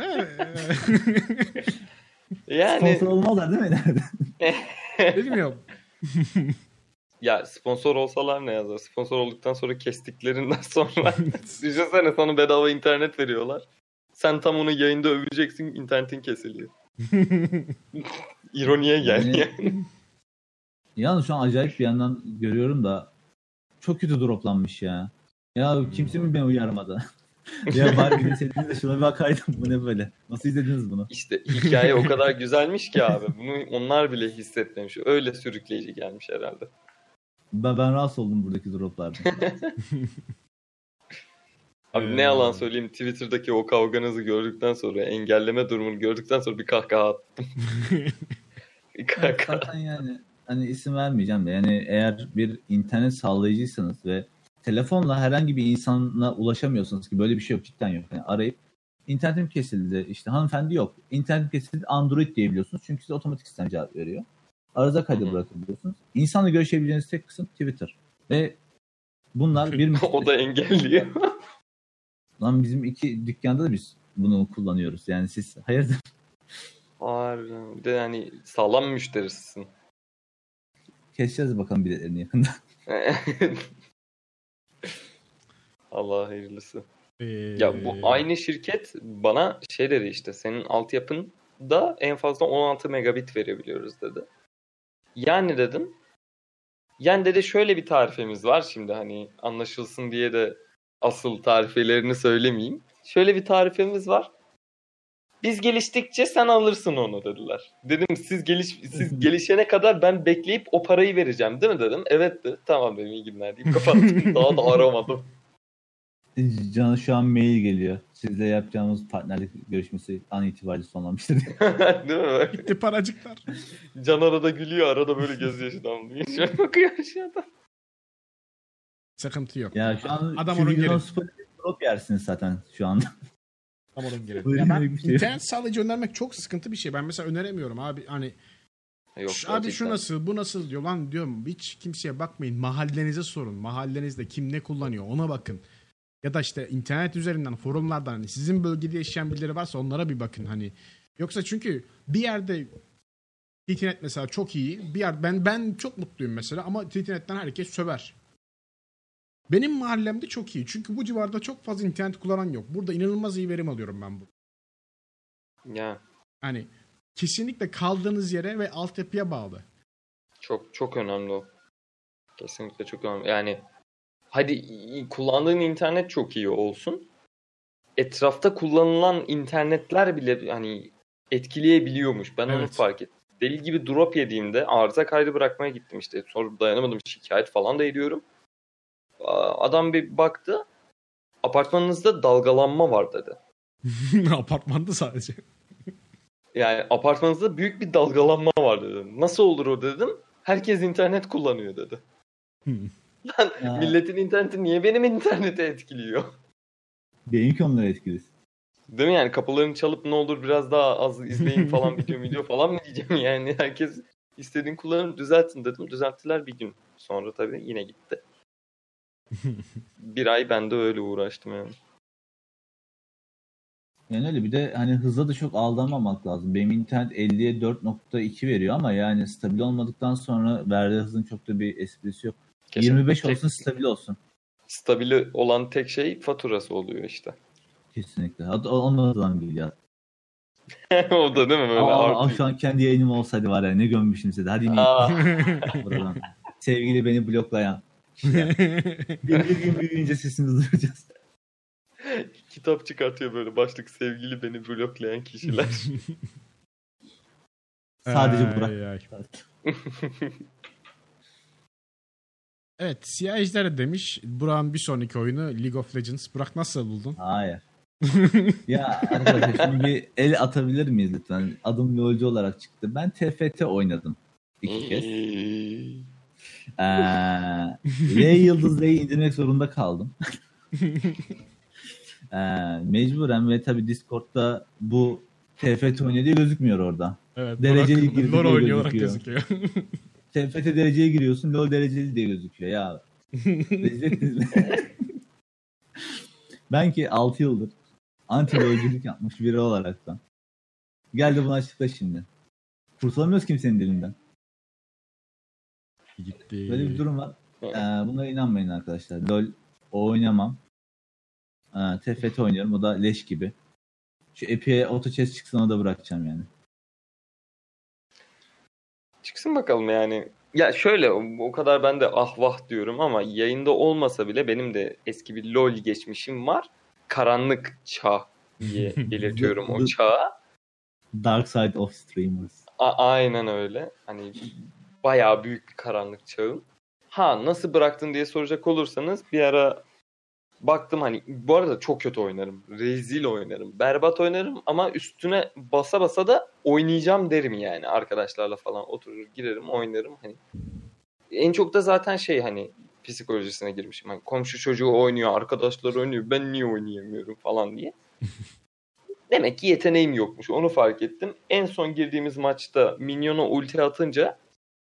Yani Sponsor olmazlar değil mi ileride? Bilmiyorum. ya sponsor olsalar ne yazar? Sponsor olduktan sonra kestiklerinden sonra düşünsene sana bedava internet veriyorlar. Sen tam onu yayında öveceksin, internetin kesiliyor. İroniye gel Yani- yani. Yalnız şu an acayip bir yandan görüyorum da çok kötü droplanmış ya. Ya kimse mi beni uyarmadı? Ya bari bir izlediğinizde de şuna bir bakaydım. Bu ne böyle? Nasıl izlediniz bunu? İşte hikaye o kadar güzelmiş ki abi. Bunu onlar bile hissetmemiş. Öyle sürükleyici gelmiş herhalde. Ben, ben rahatsız oldum buradaki droplardan. Abi Ee, ne yalan söyleyeyim, Twitter'daki o kavganızı gördükten sonra, engelleme durumunu gördükten sonra bir kahkaha attım. bir kahkaha. Zaten yani hani isim vermeyeceğim de yani eğer bir internet sağlayıcıysanız ve telefonla herhangi bir insana ulaşamıyorsunuz ki böyle bir şey yok, cidden yok. Yani arayıp internetim kesildi işte hanımefendi yok. İnternetim kesildi Android diyebiliyorsunuz çünkü size otomatik sistem cevap veriyor. Arıza kaydı Hı hı. bırakabiliyorsunuz. İnsanla görüşebileceğiniz tek kısım Twitter. Ve bunlar bir O da engelliyor. Lan bizim iki dükkanda da biz bunu kullanıyoruz. Yani siz hayırdır? Harbiden. Bir de yani sağlam müşterisisin. Keseceğiz bakalım biletlerini yakında. Allah hayırlısı. Ee, Ya bu aynı şirket bana şey dedi işte senin altyapında en fazla on altı megabit verebiliyoruz dedi. Yani dedim. Yani dedi şöyle bir tarifemiz var şimdi hani anlaşılsın diye de asıl tarifelerini söylemeyeyim. Şöyle bir tarifemiz var. Biz geliştikçe sen alırsın onu dediler. Dedim siz geliş siz gelişene kadar ben bekleyip o parayı vereceğim değil mi dedim. Evet dedi. Tamam dedim iyi günler deyip kapattım. Daha da aramadım. Can'a şu an mail geliyor. Sizle yapacağımız partnerlik görüşmesi an itibariyle sonlanmıştır. Değil mi? Gitti paracıklar. Can arada gülüyor arada böyle gözyaşı damlıyor. Şöyle bakıyor aşağıdan. Sıkıntı yok. Ya şu an Adam şu onun videodan geri. Spotify drop yersiniz zaten şu anda. Adam onun geri. Böyle Ya ben bir şey. internet sağlayıcı önermek çok sıkıntı bir şey. Ben mesela öneremiyorum abi hani Yok, Ş- abi şu gerçekten. nasıl bu nasıl diyor lan diyorum hiç kimseye bakmayın mahallenize sorun mahallenizde kim ne kullanıyor ona bakın ya da işte internet üzerinden forumlardan hani sizin bölgede yaşayan birileri varsa onlara bir bakın hani yoksa çünkü bir yerde T T Net mesela çok iyi bir yer ben ben çok mutluyum mesela ama T T Net'ten herkes söver. Benim mahallemde çok iyi çünkü bu civarda çok fazla internet kullanan yok. Burada inanılmaz iyi verim alıyorum ben bu. Ya Hani kesinlikle kaldığınız yere ve altyapıya bağlı. çok çok önemli o. Kesinlikle çok önemli. Yani hadi kullandığın internet çok iyi olsun. Etrafta kullanılan internetler bile hani etkileyebiliyormuş. Ben onu Evet. fark ettim. Deli gibi drop yediğimde arıza kaydı bırakmaya gittim işte. Sonra dayanamadım şikayet falan da ediyorum. Adam bir baktı. Apartmanınızda dalgalanma var dedi. Apartmanda sadece. Yani apartmanınızda büyük bir dalgalanma var dedim. Nasıl olur o dedim. Herkes internet kullanıyor dedi. Lan Ya. milletin interneti niye benim interneti etkiliyor? Benimki onları etkiledi. Değil mi yani kapılarını çalıp ne olur biraz daha az izleyin falan video video falan mı diyeceğim yani. Herkes istediğin kullanım düzeltin dedim. Düzelttiler bir gün sonra tabii yine gitti. Bir ay ben de öyle uğraştım yani. Yani öyle bir de hani hızla da çok aldanmamak lazım. Benim internet elliye dört nokta iki veriyor ama yani stabil olmadıktan sonra verdiği hızın çok da bir esprisi yok. Kesinlikle yirmi beş tek- olsun stabil olsun. Stabili olan tek şey faturası oluyor işte. Kesinlikle. O- Ondan geliyor. O da değil mi böyle Aa, aa, artı. şu an kendi yayınım olsaydı var ya ne gömmüşüm size. Hadi inin Aa, buradan. Sevgili beni bloklayan kişiler. Bir, bir gün büyüyünce sesimizi duyacağız. kitap çıkartıyor böyle başlık sevgili beni bloklayan kişiler. Sadece Ay, Burak. ay. Evet Siyah Ejder demiş. Burak'ın bir sonraki oyunu League of Legends. Burak nasıl buldun? Hayır. Ya arkadaşlar şimdi bir el atabilir miyiz lütfen? Adım LoL'cu olarak çıktı. Ben T F T oynadım. iki kez. Ee, L Yıldız L'yi indirmek zorunda kaldım. ee, mecburen ve tabii Discord'da bu T F T oynuyor diye gözükmüyor orada. Evet, Dereceli Burak girdi LoL diye oynuyor olarak gözüküyor. gözüküyor. T F T dereceye giriyorsun, LoL dereceli diye gözüküyor ya. Rezil ettiniz beni. Ben ki altı yıldır anti LoL'cülük yapmış biri olaraktan. Gel de bunu açıkla şimdi. Kurtulamıyoruz kimsenin dilinden. Gitti. Böyle bir durum var. Ee, bunlara inanmayın arkadaşlar. LoL oynamam. Ee, T F T oynuyorum. O da leş gibi. Şu Epi'ye auto chess çıksın onu da bırakacağım yani. Çıksın bakalım yani. Ya şöyle o, o kadar ben de ah vah diyorum ama yayında olmasa bile benim de eski bir LoL geçmişim var. Karanlık çağ diye belirtiyorum o çağı. Dark Side of Streamers. A- aynen öyle. Hani bayağı büyük bir karanlık çağım. Ha nasıl bıraktın diye soracak olursanız bir ara baktım hani bu arada çok kötü oynarım. Rezil oynarım. Berbat oynarım ama üstüne basa basa da oynayacağım derim yani. Arkadaşlarla falan oturur girerim oynarım. Hani en çok da zaten şey hani psikolojisine girmişim. Hani komşu çocuğu oynuyor, arkadaşlar oynuyor. Ben niye oynayamıyorum falan diye. Demek ki yeteneğim yokmuş. Onu fark ettim. En son girdiğimiz maçta Minyon'a ulti atınca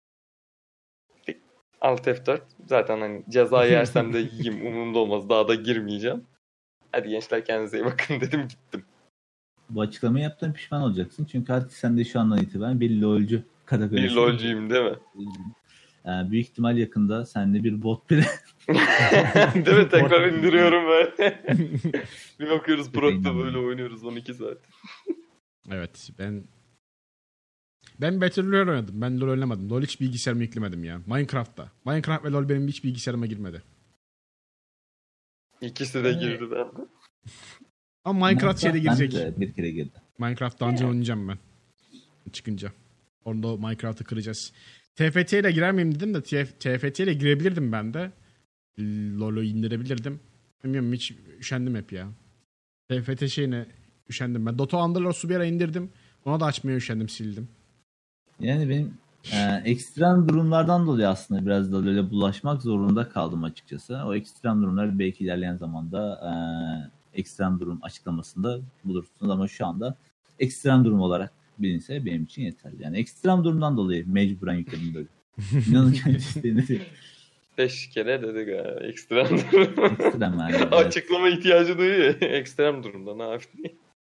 Alt F dört. Zaten hani ceza yersem de yiyeyim. Umurumda olmaz. Daha da girmeyeceğim. Hadi gençler kendinize iyi bakın dedim gittim. Bu açıklamayı yaptığın pişman olacaksın. Çünkü artık sen de şu andan itibaren bir LoL'cu kategorisi. Bir LoL'cuyum değil mi? Yani büyük ihtimal yakında seninle bir bot bile Değil mi? Tekrar indiriyorum böyle. Bir bakıyoruz Burak'ta böyle oynuyoruz on iki saat. Evet ben ben Battle Royale oynadım. Ben LoL oynamadım. LoL hiç bilgisayarıma yüklemedim ya. Minecraft'ta. Minecraft ve LoL benim hiç bilgisayarıma girmedi. İkisi de girdi bende. Ama Minecraft şeyde girecek. de bir kere girdi. Minecraft Dungeon oynayacağım ben. Çıkınca. Orada o Minecraft'ı kıracağız. T F T ile girer miyim dedim de T F T ile girebilirdim ben de. LoL'u indirebilirdim. Bilmiyorum hiç üşendim hep ya. T F T şeyine üşendim ben. Dota Underlords'u bir ara indirdim. Ona da açmaya üşendim, sildim. Yani benim e, ekstrem durumlardan dolayı aslında biraz da böyle bulaşmak zorunda kaldım açıkçası. O ekstrem durumlar belki ilerleyen zamanda e, ekstrem durum açıklamasında bulursunuz ama şu anda ekstrem durum olarak bilinse benim için yeterli. Yani ekstrem durumdan dolayı mecburen yükledim böyle. İnanın kendi isteğine değil. Beş kere dedik ha. Ekstrem durum. Ekstrem yani. Evet. Açıklama ihtiyacı duyuyor. Ekstrem durumda ne yapayım?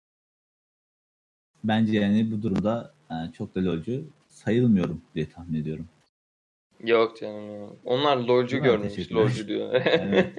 Bence yani bu durumda e, çok da lolcu sayılmıyorum diye tahmin ediyorum. Yok canım ya. Onlar lolcu Değil mi? görmemiş. Teşekkürler. Lolcu diyor. Evet.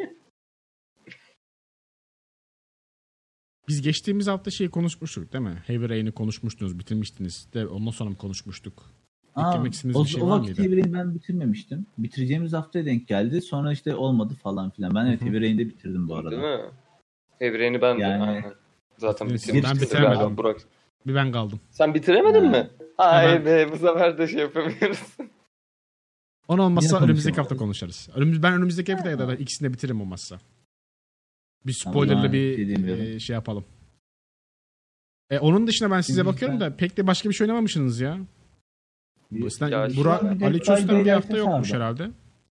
Biz geçtiğimiz hafta şeyi konuşmuştuk değil mi? Heavy Rain'i konuşmuştunuz, bitirmiştiniz. De ondan sonra mı konuşmuştuk? Aa, Eklemek istediğiniz o, bir şey o var vakit mıydı? Heavy Rain'i ben bitirmemiştim. Bitireceğimiz haftaya denk geldi. Sonra işte olmadı falan filan. Ben evet Hı hı. Heavy Rain'i de bitirdim bu arada. Değil mi? Evreni ben de Yani- aynen. Zaten Biz- bitirmiştim. ben bitiremedim. galiba Burak. Bir ben kaldım. Sen bitiremedin Ha. mi? Hayır ben- be bu sefer de şey yapamıyoruz. Onu olmazsa Yine önümüzdeki konuşalım. hafta konuşuruz. Önümüz, ben önümüzdeki hafta ya da ikisini de bitiririm olmazsa. Bir Tamam, spoilerlı ben bir şey demiyorum. e, şey yapalım. E, onun dışında ben size Şimdi bakıyorum ben- da pek de başka bir şey oynamamışsınız ya. Ya Sen, şu Burak, an Dead Ali by Çösten bir Daylight'e hafta yokmuş sardım. herhalde.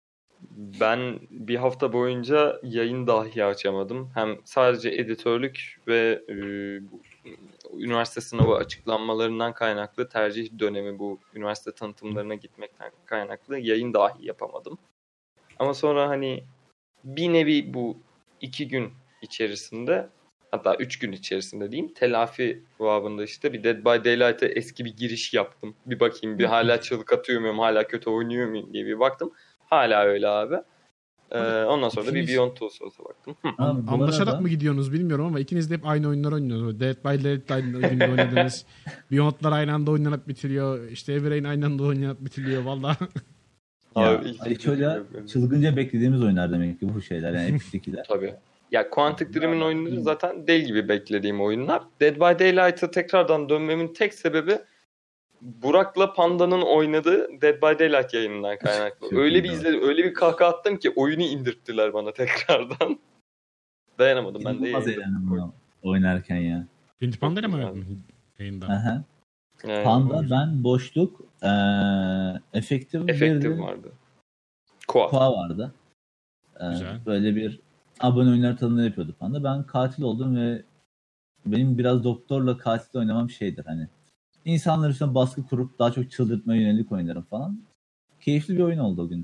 Ben bir hafta boyunca yayın dahi açamadım. Hem sadece editörlük ve e, bu, üniversite sınavı açıklanmalarından kaynaklı tercih dönemi bu üniversite tanıtımlarına gitmekten kaynaklı yayın dahi yapamadım. Ama sonra hani bir nevi bu iki gün içerisinde hatta üç gün içerisinde diyeyim telafi babında işte bir Dead by Daylight'a eski bir giriş yaptım. Bir bakayım bir hala çığlık atıyor muyum hala kötü oynuyor muyum diye bir baktım. Hala öyle abi. Ee, ondan sonra da bir İkiniz- Beyond Two Souls'a baktım. Hı. Abi bu Anlaşarak arada- mı gidiyorsunuz bilmiyorum ama ikiniz de hep aynı oyunları oynuyorsunuz. Dead by Daylight aynı günde oynadınız. Beyond'lar aynı anda oynanıp bitiriyor. İşte Heavy Rain aynı anda oynanıp bitiriyor valla. Ya, Abi, hiç- Ali Çoğ'la çılgınca beklediğimiz oyunlar demek ki bu şeyler yani Epic'tekiler. Tabii. Ya Quantic Dream'in oyunları zaten değil gibi beklediğim oyunlar. Dead by Daylight'a tekrardan dönmemin tek sebebi Burak'la Panda'nın oynadığı Dead by Daylight yayınından kaynaklı. Çok öyle iyi bir abi. izledim, öyle bir kahkaha attım ki oyunu indirttiler bana tekrardan. Dayanamadım ben de İnanılmaz yayınladım. eğlendim bunu oynarken ya. Pinti Panda ile mi güzel. oynadın yayında? Aha. Yani Panda ben boşluk eee efektif efektif bir vardı. Koa. Koa vardı. Eee, Güzel. Böyle bir abone oyunlar tadında yapıyordu Panda. Ben katil oldum ve benim biraz doktorla katil oynamam şeydir hani. İnsanlar üstüne baskı kurup daha çok çıldırtmaya yönelik oynarım falan. Keyifli bir oyun oldu o gün.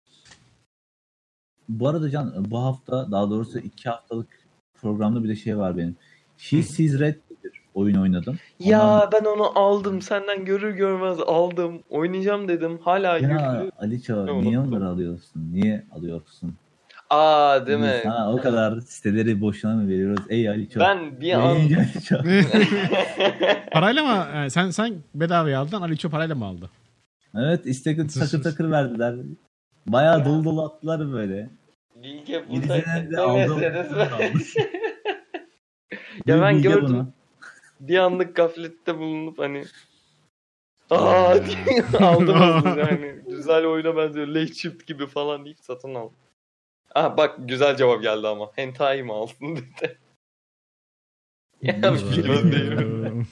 Bu arada Can bu hafta daha doğrusu iki haftalık programda bir de şey var benim. He Sees Red bir oyun oynadım. Ya Ondan- ben onu aldım. Senden görür görmez aldım. Oynayacağım dedim. Hala Ya yüklü. Ali Çağ Ne niye unuttum. onları alıyorsun? Niye alıyorsun? Aa değil Biz mi? Sana o kadar siteleri boşuna mı veriyoruz? Ey Ali Çağ. Ben bir Ey an Ali Çağ. Parayla mı? e, Sen sen bedavaya aldın. Ali Ço parayla mı aldı? Evet istekli takır takır verdiler. Bayağı dolu dolu attılar böyle. Bilge Yedi burada senede ne aldım. meselesi? Ya ben Bilge gördüm. bunu. Bir anlık gaflette bulunup hani aa diye aldım onu yani. Güzel oyuna benziyor. Late Shift gibi falan deyip satın aldım. Ah bak güzel cevap geldi ama. Hentai mi aldın dedi. Ya bilmez değilim.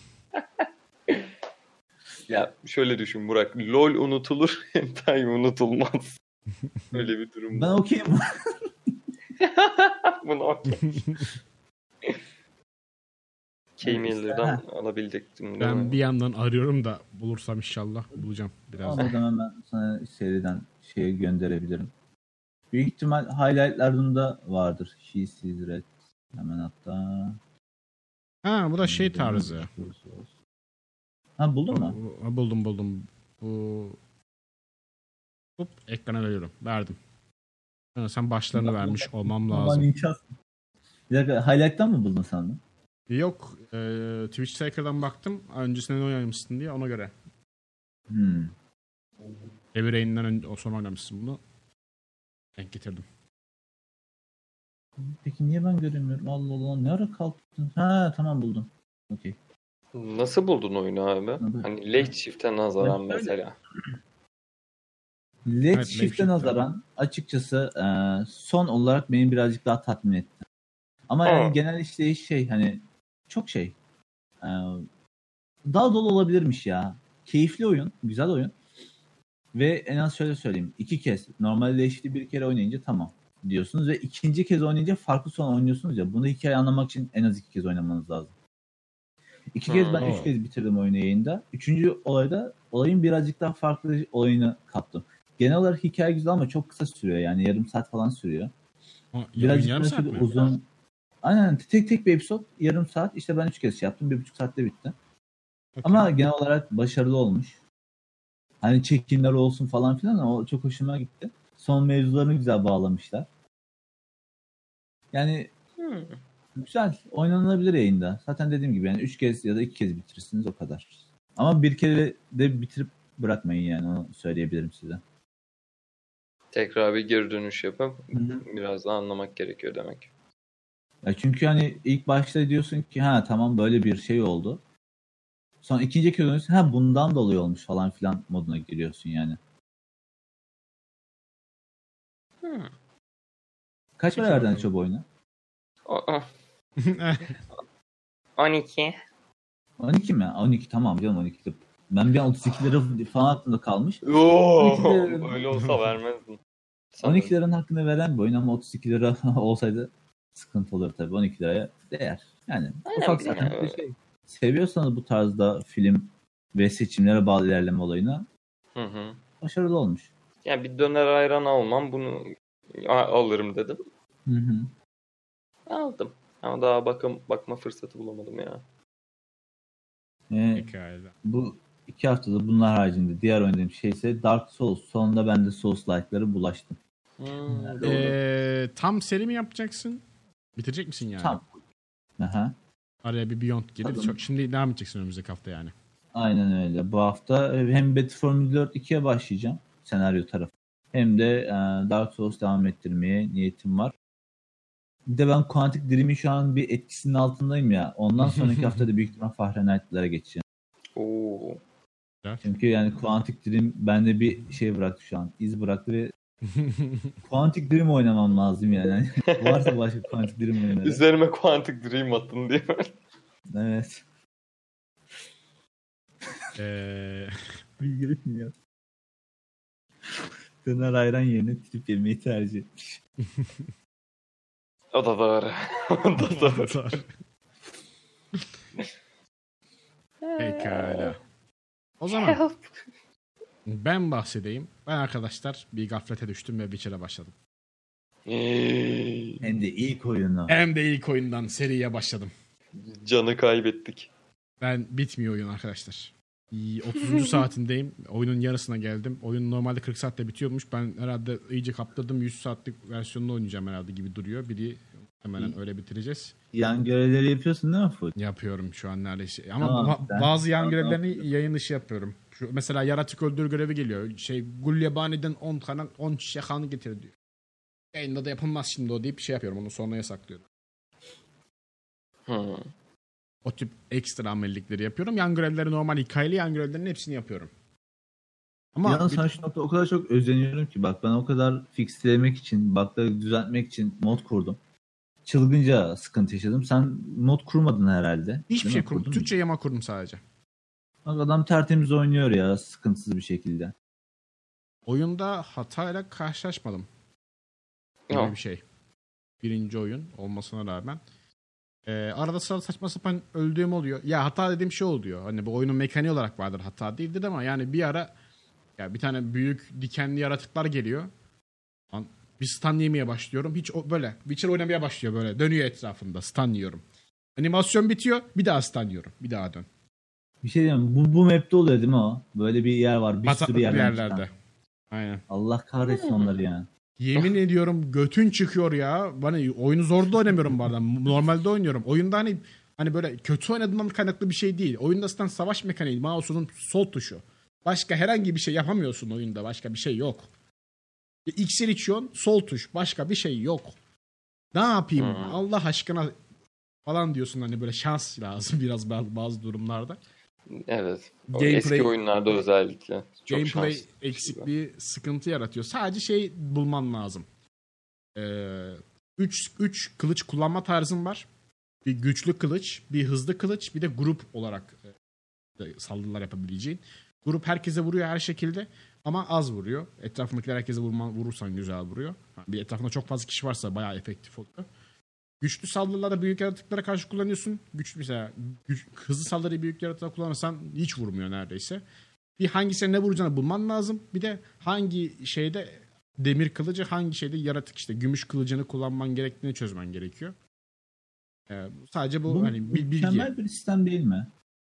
Ya şöyle düşün Burak. LOL unutulur, hentai unutulmaz. Öyle bir durum. Ben var. okeyim. Bunu okey. K-Mail'lerden alabilecektim değil Ben mi? bir yandan arıyorum da bulursam inşallah bulacağım biraz. Ama o zaman ben sana seriden şeye gönderebilirim. Büyük ihtimal highlightlardan da vardır. She Sees Red. Hemen hatta. Ha bu da şey tarzı. Ha buldun mu? Ha, buldum buldum. Bu Hop, ekrana veriyorum. Verdim. Ha, sen başlarını vermiş olmam Aman lazım. imkansız. Bir dakika highlight'tan mı buldun sandın? Yok. E, Twitch Taker'dan baktım. Öncesinde ne oynamışsın diye ona göre. Hmm. Heavy Rain'den önce, o sonra oynamışsın bunu. Denk getirdim. Peki niye ben göremiyorum? Allah Allah ne ara kalktın? Ha tamam buldum. Okey. Nasıl buldun oyunu abi? Abi. Hani Late Shift'e nazaran Evet, mesela. Late Evet, Shift'e Shift'te. nazaran açıkçası e, son olarak beni birazcık daha tatmin etti. Ama yani Ha. genel işleyiş şey hani çok şey. E, daha dolu olabilirmiş ya. Keyifli oyun, güzel oyun. Ve en az şöyle söyleyeyim. iki kez normalde eşitli bir kere oynayınca tamam diyorsunuz ve ikinci kez oynayınca farklı son oynuyorsunuz ya. Bunu hikaye anlamak için en az iki kez oynamanız lazım. İki kez ben Hmm. üç kez bitirdim oyunu yayında. Üçüncü olayda olayın birazcık daha farklı olayını kaptım. Genel olarak hikaye güzel ama çok kısa sürüyor yani yarım saat falan sürüyor. O, Birazcık yarım daha saat şöyle mi? uzun. Aynen tek tek bir episode yarım saat. İşte ben üç kez şey yaptım. Bir buçuk saatte bitti. Okay. Ama genel olarak başarılı olmuş. Hani çekimler olsun falan filan o çok hoşuma gitti. Son mevzularını güzel bağlamışlar. Yani Hmm. güzel. Oynanılabilir yayında. Zaten dediğim gibi yani üç kez ya da iki kez bitirirsiniz o kadar. Ama bir kere de bitirip bırakmayın yani onu söyleyebilirim size. Tekrar bir geri dönüş yapıp Hı hı. biraz daha anlamak gerekiyor demek. Ya çünkü hani ilk başta diyorsun ki ha tamam böyle bir şey oldu. Sonra ikinci kez dönüyorsun ha bundan dolayı olmuş falan filan moduna giriyorsun yani. Hmm. Kaç Peki para verdin bakalım. Aço bu oyuna? Aa, on iki. on iki mi? on iki tamam canım on iki. Ben bir an otuz iki lira falan aklımda kalmış. Oo, on iki lira, öyle olsa vermezdin. on Sanırım. iki liranın hakkını veren bir oyun ama otuz iki lira olsaydı sıkıntı olur tabii. on iki liraya değer. Yani Aynen, ufak bir zaten de- bir şey. Seviyorsanız bu tarzda film ve seçimlere bağlı ilerleme olayını Hı hı. başarılı olmuş. Yani bir döner ayran almam, bunu a- alırım dedim. Hı hı. Aldım. Ama daha bakım bakma fırsatı bulamadım ya. Ee, Pekala. bu iki haftada bunlar haricinde diğer oynadığım şey ise Dark Souls. Sonunda ben de Souls-like'lara bulaştım. Hmm, doğru. Ee, tam seri mi yapacaksın? Bitirecek misin yani? Tam. Aha. Araya bir Beyond gelir. Tabii. Çok, şimdi devam edeceksin önümüzdeki hafta yani. Aynen öyle. Bu hafta hem Battlefield dört ikiye başlayacağım senaryo tarafı. Hem de e, Dark Souls devam ettirmeye niyetim var. Bir de ben Quantic Dream'in şu an bir etkisinin altındayım ya. Ondan sonraki hafta da büyük ihtimal Fahrenheit'lara geçeceğim. Oo. Çünkü yani Quantic Dream bende bir şey bıraktı şu an. İz bıraktı ve Quantic Dream oynamam lazım yani. Varsa başka Quantic Dream oyunları. Üzerime Quantic Dream attın diye. Evet. Ee, Bilgilenmiyor. Döner ayran yerine trip yemeyi tercih etmiş. O da doğru. O da doğru. Pekala. O zaman ben bahsedeyim. Ben arkadaşlar bir gaflete düştüm ve Witcher'a başladım. Eee, Hem de ilk oyunu. Hem de ilk oyundan seriye başladım. Canı kaybettik. Ben bitmiyor oyun arkadaşlar. otuzuncu saatindeyim. Oyunun yarısına geldim. Oyun normalde kırk saatte bitiyormuş. Ben herhalde iyice kaptırdım. yüz saatlik versiyonunu oynayacağım herhalde gibi duruyor. Biri hemen öyle bitireceğiz. Yan görevleri yapıyorsun değil mi Full? Yapıyorum şu an neredeyse. Ama Tamam, ba- ben- bazı yan ben- görevlerini yayın dışı yapıyorum. Şu, mesela yaratık öldür görevi geliyor. Şey Gulyabani'den on tane on şişe kan getir diyor. Yayında da yapılmaz şimdi o deyip bir şey yapıyorum. Onu sonraya saklıyorum. Hmm. O tip ekstra amellikleri yapıyorum. Yan görevleri normal hikayeli yan görevlerin hepsini yapıyorum. Ama Yalnız bir- sana şu nokta o kadar çok özeniyorum ki bak ben o kadar fixlemek için, bug'ları düzeltmek için mod kurdum. Çılgınca sıkıntı yaşadım. Sen mod kurmadın herhalde. hiçbir Değil şey mi? kurdum. Kurdun mu? Türkçe yama kurdum sadece. Bak adam tertemiz oynuyor ya sıkıntısız bir şekilde. Oyunda hatayla karşılaşmadım. Böyle Ya. bir şey. Birinci oyun olmasına rağmen. Ee, arada sırada saçma sapan öldüğüm oluyor. Ya hata dediğim şey oluyor. Hani bu oyunun mekaniği olarak vardır hata değildir ama yani bir ara ya bir tane büyük dikenli yaratıklar geliyor. Lan bir stun yemeye başlıyorum. Hiç o, böyle Witcher oynamaya başlıyor böyle. Dönüyor etrafında stun yiyorum. Animasyon bitiyor. Bir daha stun yiyorum. Bir daha dön. Bir şey diyeyim mi? Bu, bu map'te oluyor değil mi o? Böyle bir yer var. Bir Bataklık sürü bir yerden yerlerde. çıkan. Aynen. Allah kahretsin onları yani. Yemin ediyorum götün çıkıyor ya. Hani oyunu zorda oynamıyorum bu arada. Normalde oynuyorum. Oyunda hani hani böyle kötü oynadığımdan kaynaklı bir şey değil. Oyunda zaten savaş mekaniği, mouse'un sol tuşu. Başka herhangi bir şey yapamıyorsun oyunda. Başka bir şey yok. İksir içiyorsun, sol tuş. Başka bir şey yok. Ne yapayım? Hmm. Allah aşkına falan diyorsun, hani böyle şans lazım biraz bazı, bazı durumlarda. Evet. O Gameplay- eski oyunlarda özellikle. Çok Gameplay şanslı bir eksik şey. bir sıkıntı yaratıyor. Sadece şey bulman lazım. Ee, üç, üç kılıç kullanma tarzın var. Bir güçlü kılıç, bir hızlı kılıç, bir de grup olarak e, saldırılar yapabileceğin. Grup herkese vuruyor her şekilde ama az vuruyor. Etrafındakiler herkese vurma, vurursan güzel vuruyor. Bir etrafında çok fazla kişi varsa bayağı efektif oluyor. Güçlü saldırılarda büyük yaratıklara karşı kullanıyorsun. Güçlü mesela güç, hızlı saldırıyı büyük yaratığa kullanırsan hiç vurmuyor neredeyse. Bir hangisine ne vuracağını bulman lazım. Bir de hangi şeyde demir kılıcı, hangi şeyde yaratık, işte gümüş kılıcını kullanman gerektiğini çözmen gerekiyor. Ee, sadece bu, Bu hani bir bilgi. mükemmel bir sistem değil mi?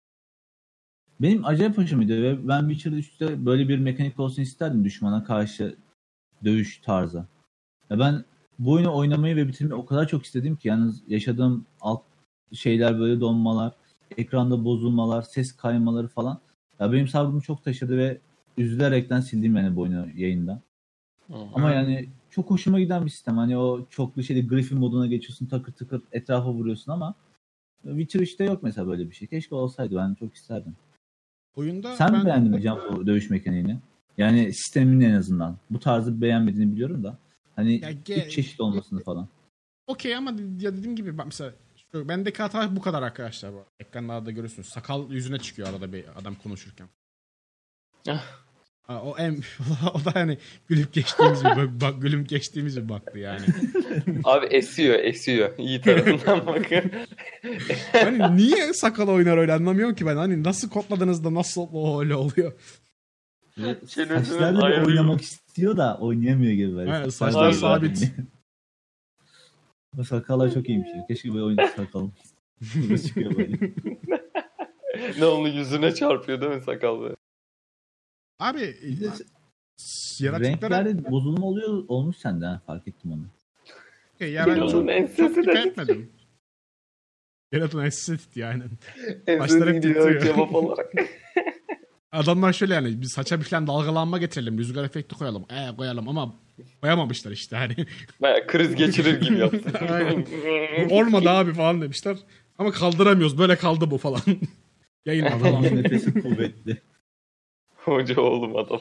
Benim acayip hoşuma gidiyor ve ben Witcher üçte böyle bir mekanik olsun isterdim, düşmana karşı dövüş tarzı. Ya ben bu oyunu oynamayı ve bitirmeyi o kadar çok istedim ki, yalnız yaşadığım alt şeyler, böyle donmalar, ekranda bozulmalar, ses kaymaları falan. Ya benim sabrımı çok taşıdı ve üzülerekten sildim yani bu oyunu yayında. Hı. Ama yani çok hoşuma giden bir sistem. Hani o çoklu şeyde Griffin moduna geçiyorsun, takır takır etrafa vuruyorsun ama Witcher üçte yok mesela böyle bir şey. Keşke olsaydı, ben çok isterdim. Oyunda Sen ben beğendin mi Can bu dövüş mekaniğini? Yani sistemin en azından. Bu tarzı beğenmediğini biliyorum da. Hani Ya ge- üç çeşit olmasını falan. okey ama ya dediğim gibi ben mesela şu, bendeki hata bu kadar arkadaşlar. Bu. Ekranlarda görüyorsunuz. Sakal yüzüne çıkıyor arada bir adam konuşurken. Ah. Ha, o en o da hani gülüp geçtiğimiz bir bak, gülüp geçtiğimiz bir baktı yani. Abi esiyor esiyor. İyi tarafından bakın. Hani niye sakal oynar öyle anlamıyorum ki ben. Hani nasıl kodladınız da nasıl o öyle oluyor? Ve Çenesinin saçlarla bir ayarı- oynamak istiyor da oynayamıyor gibi böyle. Aynen, Saçlar saçlar da sabit. yani. Bu sakallar çok iyiymiş ya. Keşke böyle oyunda sakalım. Burada çıkıyor böyle. Ne onun yüzüne çarpıyor değil mi sakal böyle? Abi Bir de yaratıklara renklerde bozulma oluyor, olmuş sende ha, fark ettim onu. okay, ya ben Yaratıkların çok, ensesi çok dikkat de etmedim. Yaratın ensesi titriyor aynen. Ensesi Başları hep gidiyor titriyor. cevap olarak. Adamlar şöyle yani, biz saça bir falan dalgalanma getirelim, rüzgar efekti koyalım. E koyalım ama koyamamışlar işte hani. Baya kriz geçirir gibi yaptı. Aynen. Bu olmadı abi falan demişler. Ama kaldıramıyoruz, böyle kaldı bu falan. Yayın Adamın falan. nefesi kuvvetli. Hoca oğlum adam.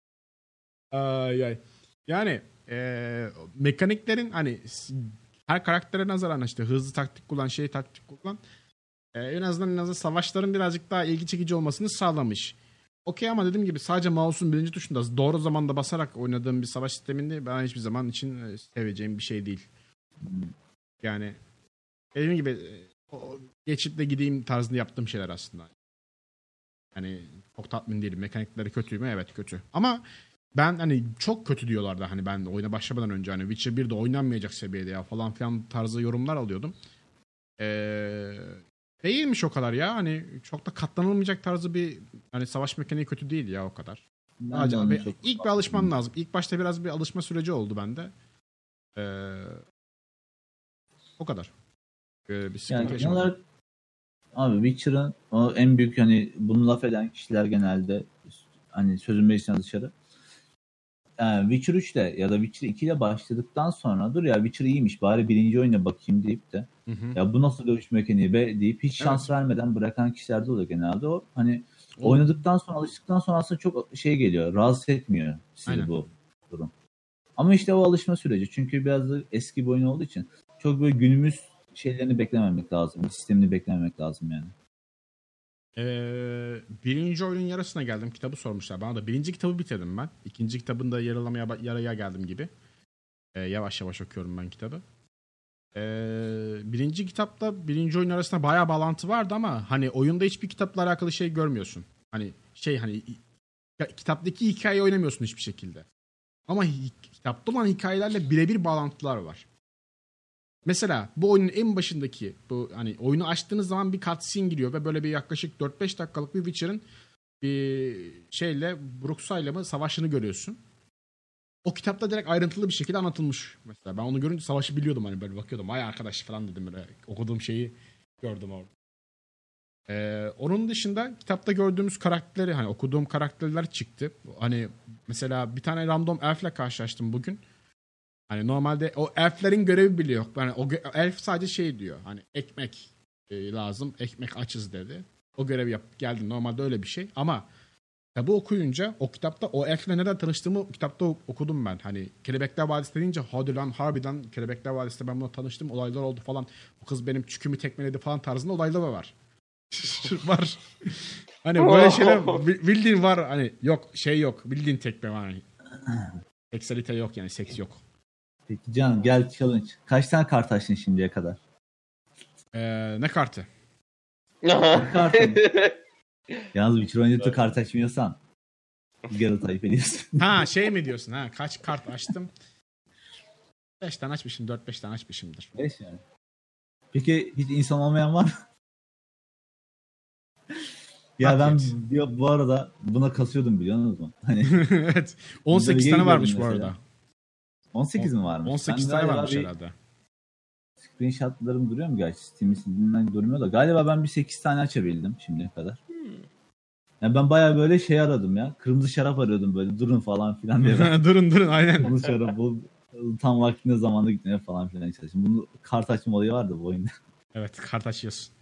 Ay, ay. Yani e, mekaniklerin hani s- her karaktere nazaran işte hızlı taktik kullan, şey taktik kullan. E, en azından en azından savaşların birazcık daha ilgi çekici olmasını sağlamış. Okey ama dediğim gibi sadece mouse'un birinci tuşunda doğru zamanda basarak oynadığım bir savaş sisteminde ben hiçbir zaman için e, seveceğim bir şey değil. Yani dediğim gibi e, o geçitle gideyim tarzında yaptığım şeyler aslında. Yani çok tatmin değilim. Mekanikleri kötü mü? Evet kötü. Ama ben hani çok kötü diyorlardı hani ben oyuna başlamadan önce hani Witcher bir de oynanmayacak seviyede ya falan filan tarzı yorumlar alıyordum. Ee, değilmiş o kadar ya, hani çok da katlanılmayacak tarzı bir hani savaş mekaniği kötü değil ya o kadar. Ben de Acaba onu bir- çok ilk bir alışman lazım. İlk başta biraz bir alışma süreci oldu bende. Ee, o kadar. Ee, bir sıkıntı Yani genel yaşamadım. olarak abi Witcher'ın o en büyük, hani bunu laf eden kişiler genelde hani sözün meclisinden dışarı. Yani Witcher üçle ya da Witcher iki ile başladıktan sonra dur ya Witcher iyiymiş bari birinci oyuna bakayım deyip de Hı hı. ya bu nasıl dövüş mekaniği be deyip hiç şans Evet. vermeden bırakan kişiler de oluyor genelde. O hani O- oynadıktan sonra, alıştıktan sonra aslında çok şey geliyor. Rahatsız etmiyor sizi Aynen. bu durum. Ama işte o alışma süreci. Çünkü biraz da eski bir oyun olduğu için çok böyle günümüz şeylerini beklememek lazım. Sistemini beklememek lazım yani. Ee, birinci oyunun yarısına geldim. Kitabı sormuşlar bana da. Birinci kitabı bitirdim ben. İkinci kitabın da yarılamaya yarıya geldim gibi. Ee, yavaş yavaş okuyorum ben kitabı. Ee, birinci kitapta birinci oyun arasında bayağı bağlantı vardı ama hani oyunda hiçbir kitapla alakalı şey görmüyorsun. Hani şey hani kitaptaki hikayeyi oynamıyorsun hiçbir şekilde. Ama hi- kitapta olan hikayelerle birebir bağlantılar var. Mesela bu oyunun en başındaki bu hani oyunu açtığınız zaman bir cutscene giriyor ve böyle bir yaklaşık dört beş dakikalık bir Witcher'ın bir şeyle Bruxa'yla mı savaşını görüyorsun. o kitapta direkt ayrıntılı bir şekilde anlatılmış. Mesela ben onu görünce savaşı biliyordum hani böyle bakıyordum. Vay arkadaş falan dedim böyle okuduğum şeyi gördüm orada. Ee, onun dışında kitapta gördüğümüz karakterleri hani okuduğum karakterler çıktı. Hani mesela bir tane random elfle karşılaştım bugün. Hani normalde o elflerin görevi bile yok. Yani o gö- elf sadece şey diyor. Hani ekmek e, lazım. Ekmek açız dedi. O görevi yap geldi. Normalde öyle bir şey. Ama kitabı okuyunca o kitapta o elfle neden tanıştığımı kitapta okudum ben. Hani Kelebekler Vadisi deyince hadi lan harbiden Kelebekler Vadisi'nde ben bununla tanıştım. Olaylar oldu falan. O kız benim çükümü tekmeledi falan tarzında olaylar var. var. Hani böyle şeyler bildiğin var. Hani yok şey yok. Bildiğin tekme var. Hani. Seksualite yok yani seks yok. Peki Can gel challenge. Kaç tane kart açtın şimdiye kadar? Ee, ne kartı? Ne kartı mı? Yalnız Witcher oynayıp kart açmıyorsan Geralt ayıp ediyorsun. Ha şey mi diyorsun ha? Kaç kart açtım? beş tane açmışım. dört beş tane açmışımdır. beş yani. Peki hiç insan olmayan var mı? Ya ben ya bu arada buna kasıyordum biliyor musun? Hani evet. on sekiz tane varmış bu arada. on sekiz mi varmış? on sekiz tane varmış herhalde. Screenshotlarım duruyor mu gerçi? Steam'in sildiğinden durmuyor da. Galiba ben bir sekiz tane açabildim şimdiye kadar. Hmm. Yani ben bayağı böyle şey aradım ya. Kırmızı şarap arıyordum böyle durun falan filan diye. durun durun aynen. Kırmızı şarap bulup tam vaktinde zamanda gitmeye falan filan çalıştım. Bunun kart açma olayı vardı bu oyunda. Evet kart açıyorsun.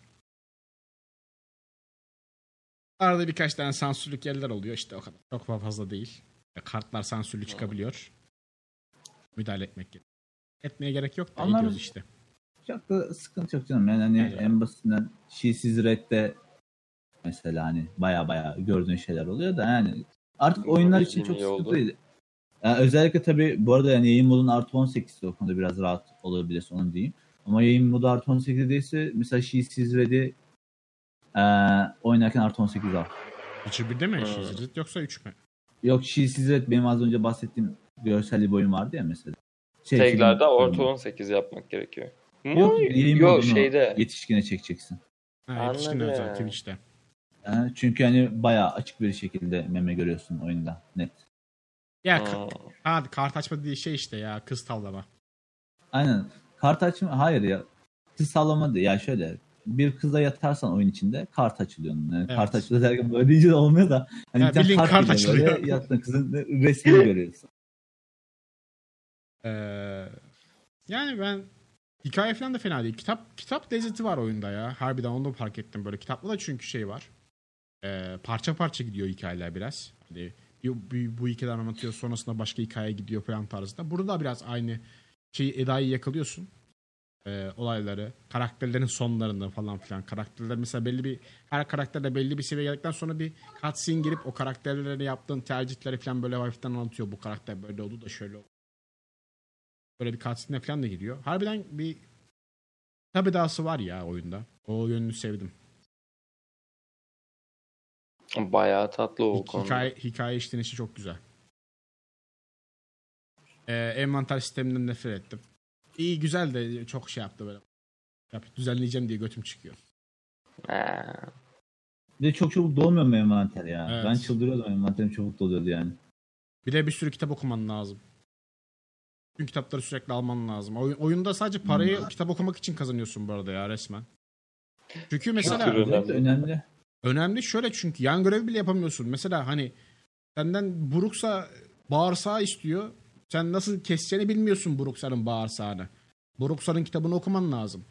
Arada birkaç tane sansürlük yerler oluyor işte o kadar. Çok fazla değil. Kartlar sansürlü çıkabiliyor. Müdahale etmek gerekiyor. Etmeye gerek yok da Onlar... ediyoruz işte. Çok da sıkıntı yok canım. Yani hani yani. En basitinden She's Red'de mesela hani baya baya gördüğün şeyler oluyor da yani artık oyunlar için çok sıkıntı değil. Yani özellikle tabii bu arada yani yayın modunun artı on sekizde o konuda biraz rahat olabilirsin onu diyeyim. Ama yayın modu artı on sekizde değilse mesela She's Red'i e, oynarken artı on sekiz al. Witcher birde mi She's Red yoksa üç mü? Yok She's Red benim az önce bahsettiğim görselli bir oyun vardı ya mesela. Şey, Taglerde artı on sekiz yapmak gerekiyor. Yok yayın Yok, modunu şeyde. yetişkine çekeceksin. Ha, yetişkin özel Twitch'te. Yani çünkü hani bayağı açık bir şekilde meme görüyorsun oyunda net. Ya hmm. ha, kart açma diye şey işte ya kız tavlama. Aynen. Kart açma hayır ya. Kız tavlama değil ya şöyle. Bir kızla yatarsan oyun içinde kart açılıyor. Yani evet. Kart açılıyor derken böyle deyince de olmuyor da. Hani ya, bir kart, kart açılıyor. Yattığın kızın resmini görüyorsun. Ee, yani ben hikaye falan da fena değil. Kitap kitap lezzeti var oyunda ya. Harbiden onu da fark ettim böyle. Kitapta da çünkü şey var. Ee, parça parça gidiyor hikayeler biraz. Hani bu, bu, bu hikayeden anlatıyor sonrasında başka hikaye gidiyor falan tarzında. Burada da biraz aynı şeyi edayı yakalıyorsun. Ee, olayları, karakterlerin sonlarında falan filan. Karakterler mesela belli bir her karakterle belli bir seviye geldikten sonra bir cutscene girip o karakterlere yaptığın tercihleri falan böyle hafiften anlatıyor. Bu karakter böyle oldu da şöyle oldu. Böyle bir cutscene falan da giriyor. Harbiden bir tabi dahası var ya oyunda. O yönünü sevdim. Bayağı tatlı o konuda. Hikaye, hikaye işlenişi çok güzel. Ee, envanter sisteminden nefret ettim. İyi güzel de çok şey yaptı böyle. Yap, düzenleyeceğim diye götüm çıkıyor. Bir de çok çabuk dolmuyor mu envanter ya? Evet. Ben çıldırıyordum envanterim çabuk doluyordu yani. Bir de bir sürü kitap okuman lazım. Bütün kitapları sürekli alman lazım. Oy- oyunda sadece parayı hmm. kitap okumak için kazanıyorsun bu arada ya resmen. Çünkü mesela önemli. önemli. Önemli şöyle çünkü yan görev bile yapamıyorsun. Mesela hani senden buruksa bağırsağı istiyor. Sen nasıl keseceğini bilmiyorsun Bruksa'nın bağırsağını. Bruksa'nın kitabını okuman lazım.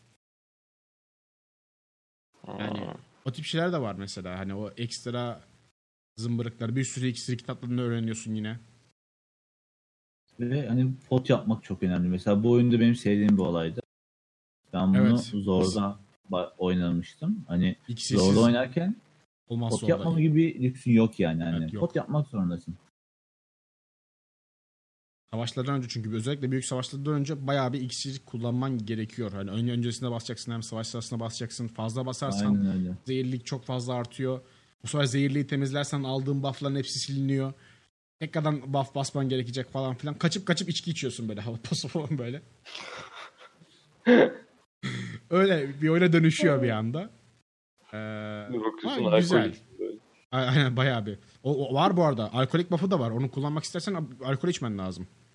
Yani o tip şeyler de var mesela. Hani o ekstra zımbırıklar. Bir sürü iksir kitaplarını öğreniyorsun yine. Ve hani pot yapmak çok önemli. Mesela bu oyunda benim sevdiğim bir olaydı. Ben bunu evet. zorda oynamıştım. Hani İkisiz zorda oynarken pot yapmam gibi bir lüksün yok yani. yani evet, yok. Pot yapmak zorundasın. Savaşlardan önce çünkü özellikle büyük savaşlardan önce bayağı bir iksir kullanman gerekiyor. Hani ön öncesinde basacaksın hem savaş sırasında basacaksın. Fazla basarsan zehirlilik çok fazla artıyor. Bu sefer zehirliği temizlersen aldığın buff'ların hepsi siliniyor. Tekrardan buff basman gerekecek falan filan. Kaçıp kaçıp içki içiyorsun böyle hava pası falan böyle. Öyle bir oyuna dönüşüyor bir anda. Ee, güzel. Aynen bayağı bir. O, o var bu arada. Alkolik buff'ı da var. Onu kullanmak istersen alkol içmen lazım.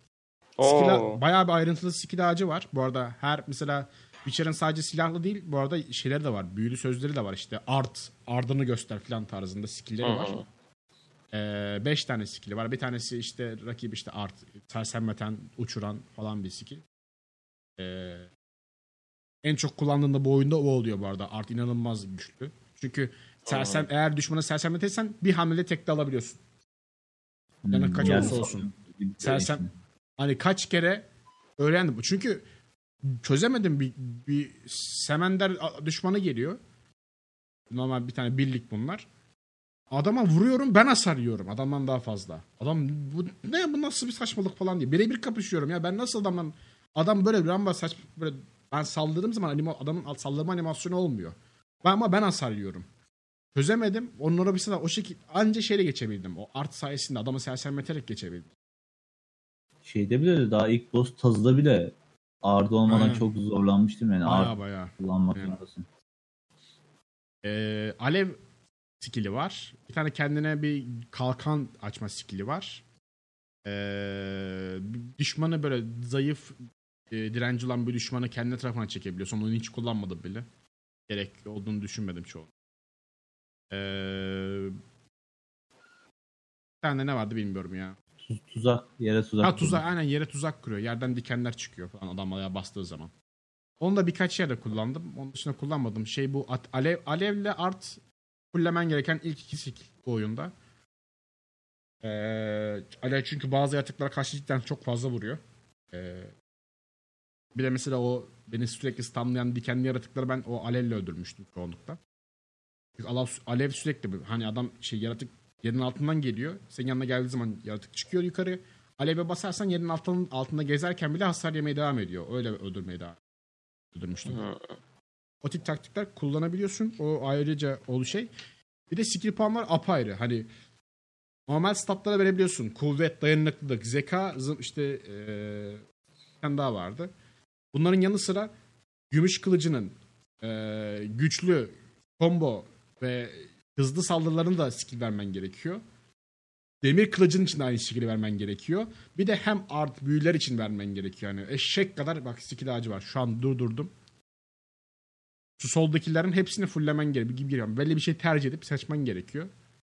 Skill, Oo. bayağı bir ayrıntılı skill ağacı var. Bu arada her mesela Witcher'ın sadece silahlı değil, bu arada şeyleri de var. Büyülü sözleri de var işte. Art, ardını göster falan tarzında skill'leri Hı var. hı. Ee, beş tane skill'i var. Bir tanesi işte rakip işte art, sersemleten, uçuran falan bir skill. Ee, en çok kullandığında bu oyunda o oluyor bu arada. Art inanılmaz güçlü. Çünkü sersem, eğer düşmanı sersemletirsen bir hamlede tekte alabiliyorsun. Yani Hmm, kaç yani olursa olsun. gibi Sersem, için. hani kaç kere öğrendim. Çünkü çözemedim, bir, bir semender düşmanı geliyor. Normal bir tane birlik bunlar. Adama vuruyorum, ben hasar yiyorum adamdan daha fazla. Adam bu ne, bu nasıl bir saçmalık falan diye. Birebir kapışıyorum ya, ben nasıl adamdan, adam böyle bir amba saç böyle, ben saldırdığım zaman anima, adamın saldırma animasyonu olmuyor. Ben, ama ben hasar yiyorum. Çözemedim. Onlara bir sıra o şekilde anca şeyle geçebildim. O art sayesinde adamı sersemleterek geçebildim. Şeyde bile daha ilk boss tazıda bile ağırda olmadan Aynen. çok zorlanmıştım yani. Baya Ağır baya. kullanmak Yani. zorundasın. Ee, alev skill'i var. Bir tane kendine bir kalkan açma skill'i var. Ee, düşmanı böyle zayıf, e, direnci olan bir düşmanı kendi tarafına çekebiliyorsun. Onu hiç kullanmadım bile. Gerek olduğunu düşünmedim çoğu. Ee, bir tane ne vardı bilmiyorum ya. Tuz- Tuzak, yere tuzak. Ha tuzak, kurmak. aynen yere tuzak kuruyor. Yerden dikenler çıkıyor falan adam ayağa bastığı zaman. Onu da birkaç yerde kullandım. Onun dışında kullanmadım. Şey bu at, alev, alevle art fullemen gereken ilk iki skill bu oyunda. Ee, alev çünkü bazı yaratıklara karşı cidden çok fazla vuruyor. Ee, bir de mesela o beni sürekli stunlayan dikenli yaratıkları ben o alevle öldürmüştüm çoğunlukla. Çünkü alev, alev sürekli hani adam şey yaratık yerin altından geliyor. Senin yanına geldiği zaman yaratık çıkıyor yukarı. Aleve basarsan yerin altının, altında gezerken bile hasar yemeye devam ediyor. Öyle öldürmeye devam öldürmüştüm. Hı. O tip taktikler kullanabiliyorsun. O ayrıca o şey. Bir de skill puanlar apayrı. Hani normal statlara verebiliyorsun. Kuvvet, dayanıklılık, zeka, zı- işte ee, bir tane daha vardı. Bunların yanı sıra gümüş kılıcının ee, güçlü, combo ve hızlı saldırılarını da skill vermen gerekiyor. Demir kılıcın için de aynı skill'i vermen gerekiyor. Bir de hem art büyüler için vermen gerekiyor. Yani eşek kadar bak skill ağacı var. Şu an durdurdum. Şu soldakilerin hepsini fulllemen gerekiyor. Böyle bir şey tercih edip seçmen gerekiyor.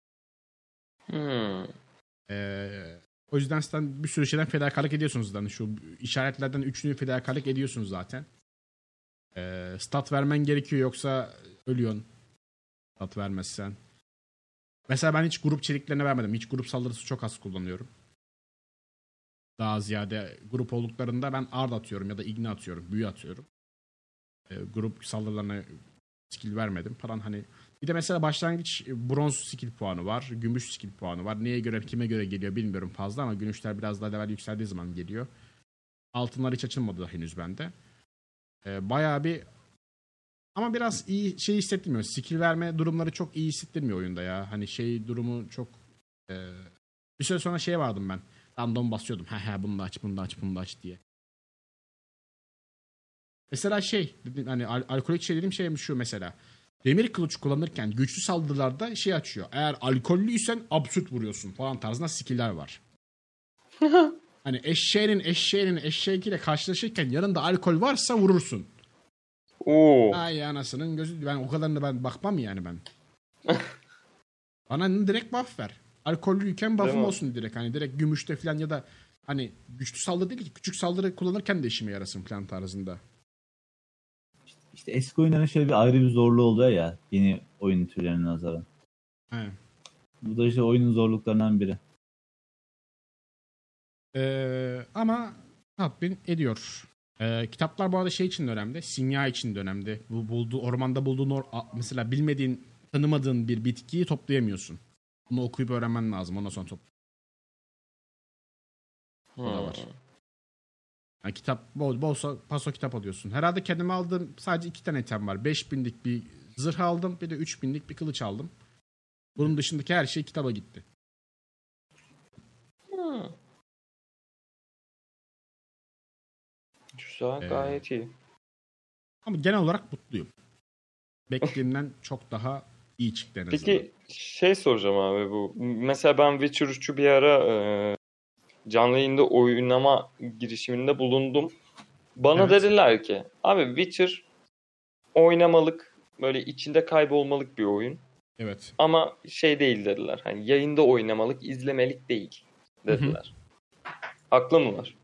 Hmm. Ee, o yüzden zaten bir sürü şeyden fedakarlık ediyorsunuz zaten. Şu işaretlerden üçünü fedakarlık ediyorsunuz zaten. Ee, stat vermen gerekiyor yoksa ölüyorsun. Stat vermezsen. Mesela ben hiç grup çeliklerine vermedim. Hiç grup saldırısı çok az kullanıyorum. Daha ziyade grup olduklarında ben ard atıyorum ya da igne atıyorum. Büyü atıyorum. Ee, grup saldırılarına skill vermedim falan hani. Bir de mesela başlangıç bronz skill puanı var. Gümüş skill puanı var. Neye göre kime göre geliyor bilmiyorum fazla ama gümüşler biraz daha level yükseldiği zaman geliyor. Altınlar hiç açılmadı henüz bende. Ee, bayağı bir ama biraz iyi şey hissettirmiyor. Skill verme durumları çok iyi hissettirmiyor oyunda ya. Hani şey durumu çok e, bir süre sonra şey vardım ben. Random basıyordum. He he bunu da aç, bunu da aç, bunu da aç diye. Mesela şey hani al- alkolik şey dediğim şey şu mesela. Demir kılıç kullanırken güçlü saldırılarda şey açıyor. Eğer alkollüysen absürt vuruyorsun falan tarzında skill'ler var. Hani eşeğinin eşeğinin eşeğiyle karşılaşırken yanında alkol varsa vurursun. Oo. Ay anasının gözü, ben o kadarını ben bakmam yani ben. Bana direkt buff ver. Alkollüyken Değil buff'ım mi? olsun direkt. Hani direkt gümüşte falan ya da hani güçlü saldırı değil ki küçük saldırı kullanırken de işime yarasın falan tarzında. İşte eski oyunların şöyle bir ayrı bir zorluğu oluyor ya yeni oyun türlerine nazaran. He. Bu da işte oyunun zorluklarından biri. Ee, ama tatmin ediyor. Ee, kitaplar bu arada şey için de önemli. Simya için de önemli. Bu bulduğu, ormanda bulduğun or- a- mesela bilmediğin, tanımadığın bir bitkiyi toplayamıyorsun. Bunu okuyup öğrenmen lazım. Ondan sonra top. O da var. Hmm. Yani kitap bol, bolsa paso kitap alıyorsun. Herhalde kendime aldığım sadece iki tane item var. beş binlik bir zırh aldım. Bir de üç binlik bir kılıç aldım. Bunun dışındaki her şey kitaba gitti. Hmm. Güzel, Ee, gayet iyi. Ama genel olarak mutluyum. Beklediğimden çok daha iyi çıktı en azından. Peki şey soracağım abi bu. Mesela ben Witcher üçü bir ara e, canlı yayında oynama girişiminde bulundum. Bana Evet. dediler ki abi Witcher oynamalık, böyle içinde kaybolmalık bir oyun. Evet. Ama şey değil dediler. Hani yayında oynamalık, izlemelik değil dediler. Haklı mı var?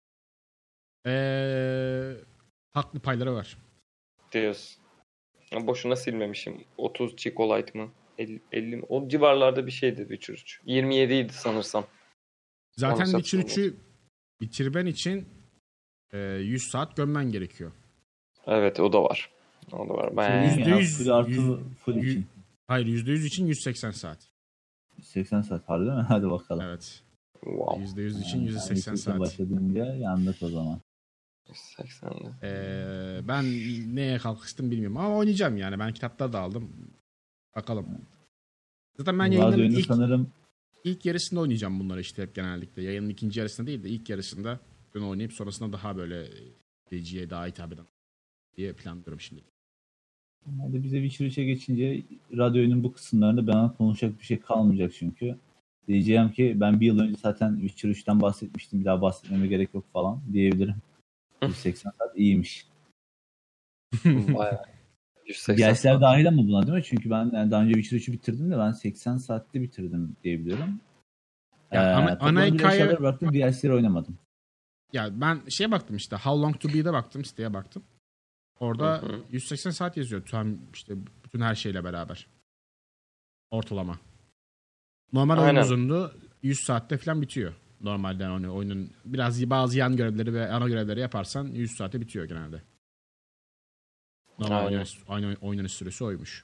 Ee, haklı payları var. Diyorsun. Boşuna silmemişim. otuz Chocolate mı? elli, elli mi? O civarlarda bir şeydi Witcher üç. yirmi yedi idi sanırsam. Zaten Onu Witcher satın üçü bitirmen için e, yüz saat gömmen gerekiyor. Evet, o da var. O da var. Ben Yüzde Ya, yüz- full artı yüz- full yüz- için. Hayır yüzde yüz için yüz seksen saat. seksen saat harbi mi? Hadi bakalım. Evet. wow. yüzde yüz için Yani yüzde seksen Witcher'da saat. başladığımda yandık o zaman. seksende. Ee, ben neye kalkıştım bilmiyorum ama oynayacağım yani. Ben kitapları da aldım. Bakalım. Zaten ben yayının Radyo'yu ilk, sanırım ilk yarısında oynayacağım bunları işte hep genellikle. Yayının ikinci yarısında değil de ilk yarısında bunu oynayıp sonrasında daha böyle izleyiciye daha hitap eden diye planlıyorum şimdi. hadi bize Witcher üçe geçince radyo'nun bu kısımlarında bana konuşacak bir şey kalmayacak çünkü. Diyeceğim ki ben bir yıl önce zaten Witcher üçten bahsetmiştim. Bir daha bahsetmeme gerek yok falan diyebilirim. yüz seksen saat iyiymiş. Bayağı. yüz seksen Dersler saat. dahil ama buna değil mi? Çünkü ben yani daha önce Witcher üçü bitirdim de ben seksen saatte bitirdim diyebiliyorum. Ya ee, ana- tabii ana onu bir hikaye- aşağıda bıraktım. D L C'leri oynamadım. Ya ben şeye baktım işte How Long To Be'de baktım, siteye baktım. Orada Hı hı. yüz seksen saat yazıyor tam işte bütün her şeyle beraber. Ortalama. Normal oyun Aynen. uzunluğu yüz saatte falan bitiyor. Normalde hani oyunun biraz bazı yan görevleri ve ana görevleri yaparsan yüz saate bitiyor genelde. Normal Aynen. oynanış, oyun- oynanış süresi oymuş.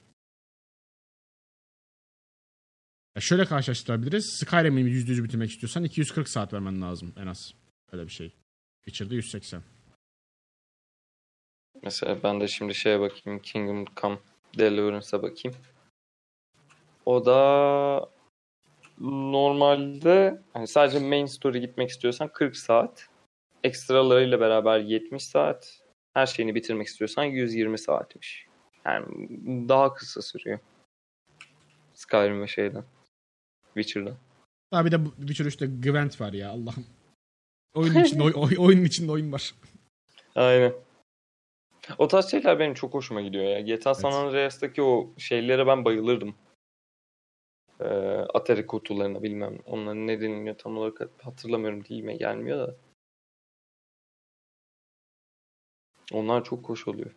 Ya şöyle karşılaştırabiliriz. Skyrim'i yüzde yüz bitirmek istiyorsan iki yüz kırk saat vermen lazım en az. Öyle bir şey. Witcher'da yüz seksen. Mesela ben de şimdi şeye bakayım. Kingdom Come Deliverance'a bakayım. O da normalde hani sadece main story gitmek istiyorsan kırk saat. Ekstralarıyla beraber yetmiş saat. Her şeyini bitirmek istiyorsan yüz yirmi saatmiş. Yani daha kısa sürüyor. Skyrim ve şeyden. Witcher'dan. Daha bir de bu- Witcher üçte Gwent var ya Allah'ım. Oyunun içinde, oy, oy- oyunun içinde oyun var. Aynen. O tarz şeyler benim çok hoşuma gidiyor ya. G T A San Evet. Andreas'taki o şeylere ben bayılırdım. Ee, Atari kutularına bilmem. Onların ne deniliyor tam olarak hatırlamıyorum. Dilime gelmiyor da. Onlar çok hoş oluyor.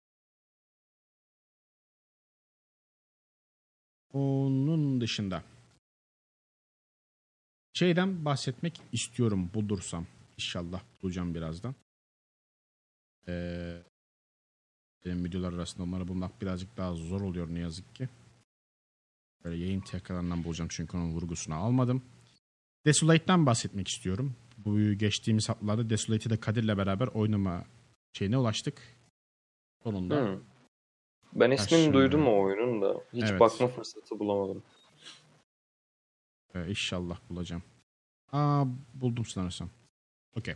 Onun dışında şeyden bahsetmek istiyorum bulursam. İnşallah bulacağım birazdan. Ee, benim videolar arasında onları bulmak birazcık daha zor oluyor ne yazık ki. Böyle yayın tekrarından bulacağım çünkü onun vurgusunu almadım. Desolate'den bahsetmek istiyorum. Bu geçtiğimiz haftalarda Desolate'i de Kadir'le beraber oynama şeyine ulaştık. Sonunda. Hmm. Ben ismini Aşağı- duydum o oyunun da. Hiç Evet. bakma fırsatı bulamadım. Ee, inşallah bulacağım. Aa buldum sanırsam. Okey.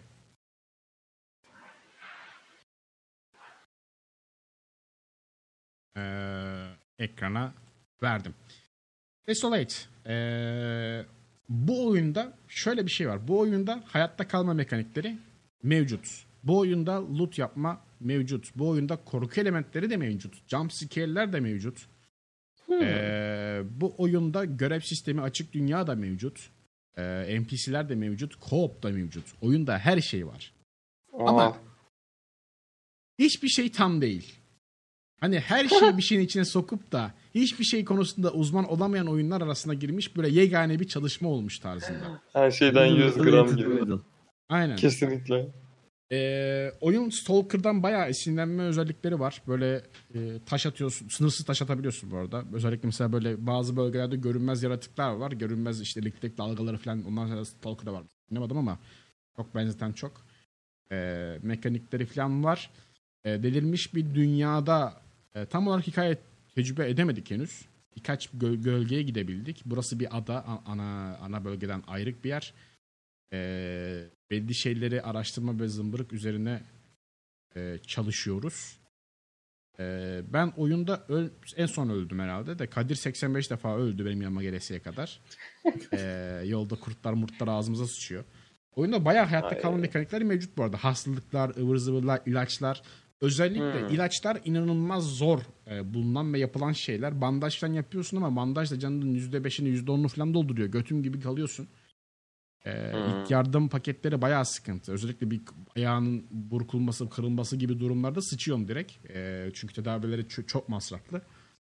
Ee, ekrana verdim. Desolate. Ee, bu oyunda şöyle bir şey var. Bu oyunda hayatta kalma mekanikleri mevcut. Bu oyunda loot yapma mevcut. Bu oyunda korku elementleri de mevcut. Jump scare'ler de mevcut. Ee, bu oyunda görev sistemi açık dünya da mevcut. Ee, N P C'ler de mevcut. Co-op da mevcut. Oyunda her şey var. Ama Aa, hiçbir şey tam değil. Hani her şeyi bir şeyin içine sokup da hiçbir şey konusunda uzman olamayan oyunlar arasına girmiş böyle yegane bir çalışma olmuş tarzında. her şeyden yüz gram gibi. Aynen. Kesinlikle. Ee, oyun Stalker'dan bayağı esinlenme özellikleri var. Böyle e, taş atıyorsun, sınırsız taş atabiliyorsun bu arada. Özellikle mesela böyle bazı bölgelerde görünmez yaratıklar var. Görünmez işte elektrik dalgaları falan ondan sonra Stalker'da var. Bilmedim ama çok benzeten çok. Ee, mekanikleri falan var. Ee, delirmiş bir dünyada e, tam olarak hikaye tecrübe edemedik henüz. Birkaç gö- gölgeye gidebildik. Burası bir ada, a- ana ana bölgeden ayrık bir yer. Ee, belli şeyleri araştırma ve zımbırık üzerine e, çalışıyoruz. Ee, ben oyunda öl- en son öldüm herhalde de Kadir seksen beş defa öldü benim yanıma gelesiye kadar. Ee, yolda kurtlar murtlar ağzımıza sıçıyor. Oyunda bayağı hayatta Ay. kalma mekanikleri mevcut bu arada. Hastalıklar, ıvır zıvırlar, ilaçlar. Özellikle Hmm. ilaçlar inanılmaz zor e, bulunan ve yapılan şeyler. Bandaj falan yapıyorsun ama bandaj da canının yüzde beşini yüzde onunu falan dolduruyor. Götüm gibi kalıyorsun. E, Hmm. ilk yardım paketleri bayağı sıkıntı. Özellikle bir ayağının burkulması, kırılması gibi durumlarda sıçıyorsun direkt. E, çünkü tedavileri ç- çok masraflı.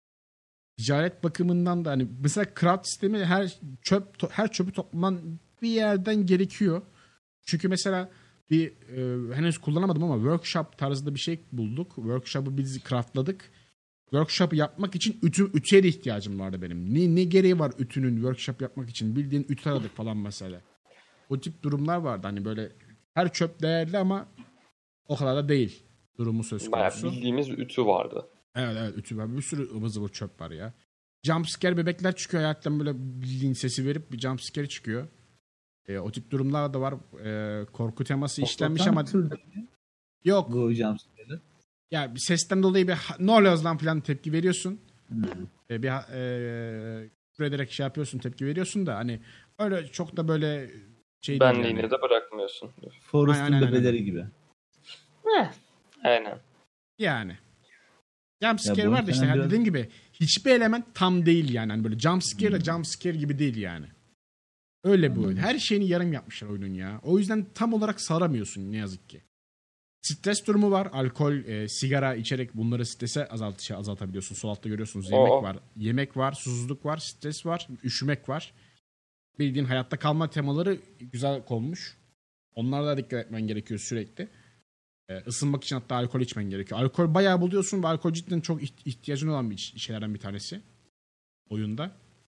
Ticaret bakımından da hani mesela craft sistemi her çöp to- her çöpü toplaman bir yerden gerekiyor. Çünkü mesela bir e, henüz kullanamadım ama workshop tarzında bir şey bulduk. Workshop'ı biz craftladık. Workshop'ı yapmak için ütü, ütüye de ihtiyacım vardı benim. Ne, ne gereği var ütünün workshop yapmak için? Bildiğin ütü aradık falan mesela. O tip durumlar vardı. Hani böyle her çöp değerli ama o kadar da değil durumu söz Bayağı konusu. bildiğimiz ütü vardı. Evet evet ütü var. Bir sürü ıvır zıvır çöp var ya. Jumpscare bebekler çıkıyor hayattan böyle bildiğin sesi verip bir jumpscare çıkıyor. E, o tip durumlar da var. E, korku teması işlenmiş ama Türde yok. bu jumpscare'ı. Ya bir sesten dolayı bir ha- ne oluyoruz lan falan tepki veriyorsun. Hmm. E, bir ha- e, küfür ederek şey yapıyorsun tepki veriyorsun da hani öyle çok da böyle şey değil Benliğini yani. de bırakmıyorsun. Forrest'ın Aynen, aynen, bebeleri aynen. gibi. Heh. Aynen. Yani. Jumpscare Ya bu var da işte yüzden yani biraz- dediğim gibi hiçbir element tam değil yani. Hani böyle jumpscare ile Hmm. jumpscare gibi değil yani. Öyle bir oyun. Anladım. Her şeyini yarım yapmışlar oyunun ya. O yüzden tam olarak saramıyorsun ne yazık ki. Stres durumu var. Alkol, e, sigara içerek bunları strese azalt şey, azaltabiliyorsun. Sol altta görüyorsunuz. Yemek Oo. var. Yemek var, susuzluk var, stres var, üşümek var. Bildiğin hayatta kalma temaları güzel konmuş. Onlara da dikkat etmen gerekiyor sürekli. E, ısınmak için hatta alkol içmen gerekiyor. Alkol bayağı buluyorsun ve alkol cidden çok iht- ihtiyacın olan bir iş- şeylerden bir tanesi. Oyunda.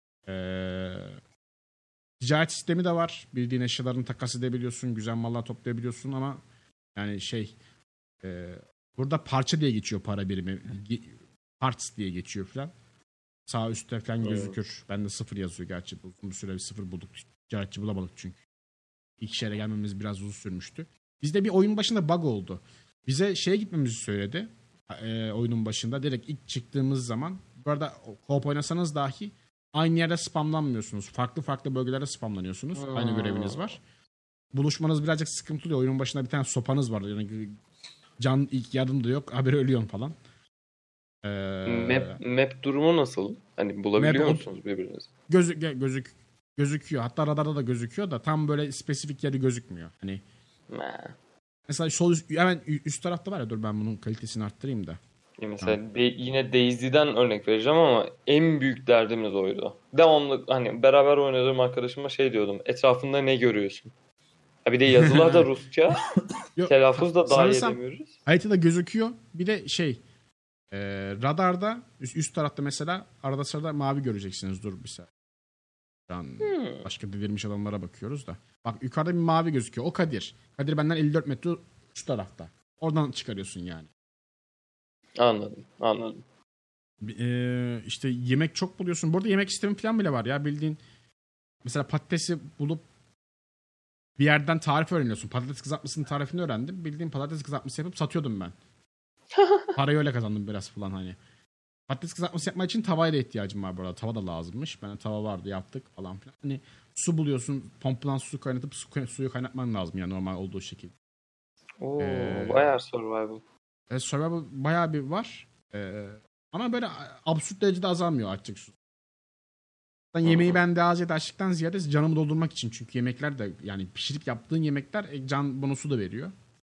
Eee Ticaret sistemi de var. Bildiğin eşyalarını takas edebiliyorsun. Güzel mallar toplayabiliyorsun ama yani şey e, burada parça diye geçiyor para birimi. Ge- Parts diye geçiyor falan. Sağ üstte falan Hmm. gözükür. Ben de sıfır yazıyor gerçi. Uzun bir süre bir sıfır bulduk. Ticaretçi bulamadık çünkü. İlk şehre gelmemiz biraz uzun sürmüştü. Bizde bir oyun başında bug oldu. Bize şeye gitmemizi söyledi. E, oyunun başında. Direkt ilk çıktığımız zaman. Bu arada co-op oynasanız dahi aynı yerde spamlanmıyorsunuz. Farklı farklı bölgelerde spamlanıyorsunuz. Hmm. Aynı göreviniz var. Buluşmanız birazcık sıkıntılı oluyor. Oyunun başında bir tane sopanız var. Yani can ilk yardım da yok. Haberi ölüyorsun falan. Ee, Map, map durumu nasıl? Hani bulabiliyor Map- musunuz birbirinizi? gözük, gözük, gözüküyor. Hatta radarda da gözüküyor da tam böyle spesifik yeri gözükmüyor. Hani Nah. mesela sol üst, hemen üst tarafta var ya, dur ben bunun kalitesini arttırayım da. Mesela de- yine Daisy'den örnek vereceğim ama en büyük derdimiz oydu. Devamlı hani beraber oynadığım arkadaşıma şey diyordum. Etrafında ne görüyorsun? Ha bir de yazılar da Rusça. Yok, Telaffuz da dahi sanırsam edemiyoruz. haritada gözüküyor. Bir de şey e, radarda üst, üst tarafta mesela arada sırada mavi göreceksiniz. Dur bir saniye. Şu an Hmm. başka delirmiş adamlara bakıyoruz da. Bak yukarıda bir mavi gözüküyor. O Kadir. Kadir benden elli dört metre şu tarafta. Oradan çıkarıyorsun yani. Anladım, anladım. Ee, işte yemek çok buluyorsun. Bu arada yemek sistemi falan bile var ya. Bildiğin mesela patatesi bulup bir yerden tarif öğreniyorsun. Patates kızartmasının tarifini öğrendim. Bildiğin patates kızartması yapıp satıyordum ben. Parayı öyle kazandım biraz falan hani. Patates kızartması yapmak için tavaya da ihtiyacım var bu arada. Tava da lazımmış. Bana tava vardı, yaptık falan filan. Hani su buluyorsun. Pompadan su kaynatıp su, suyu kaynatman lazım yani normal olduğu şekilde. Oo, Ee, bayağı survival. E, survival bayağı bir var. E, ama böyle absürt derecede azalmıyor açık su. Yemeği ben daha ziyade açlıktan ziyade canımı doldurmak için. Çünkü yemekler de yani pişirip yaptığın yemekler e, can bonusu da veriyor.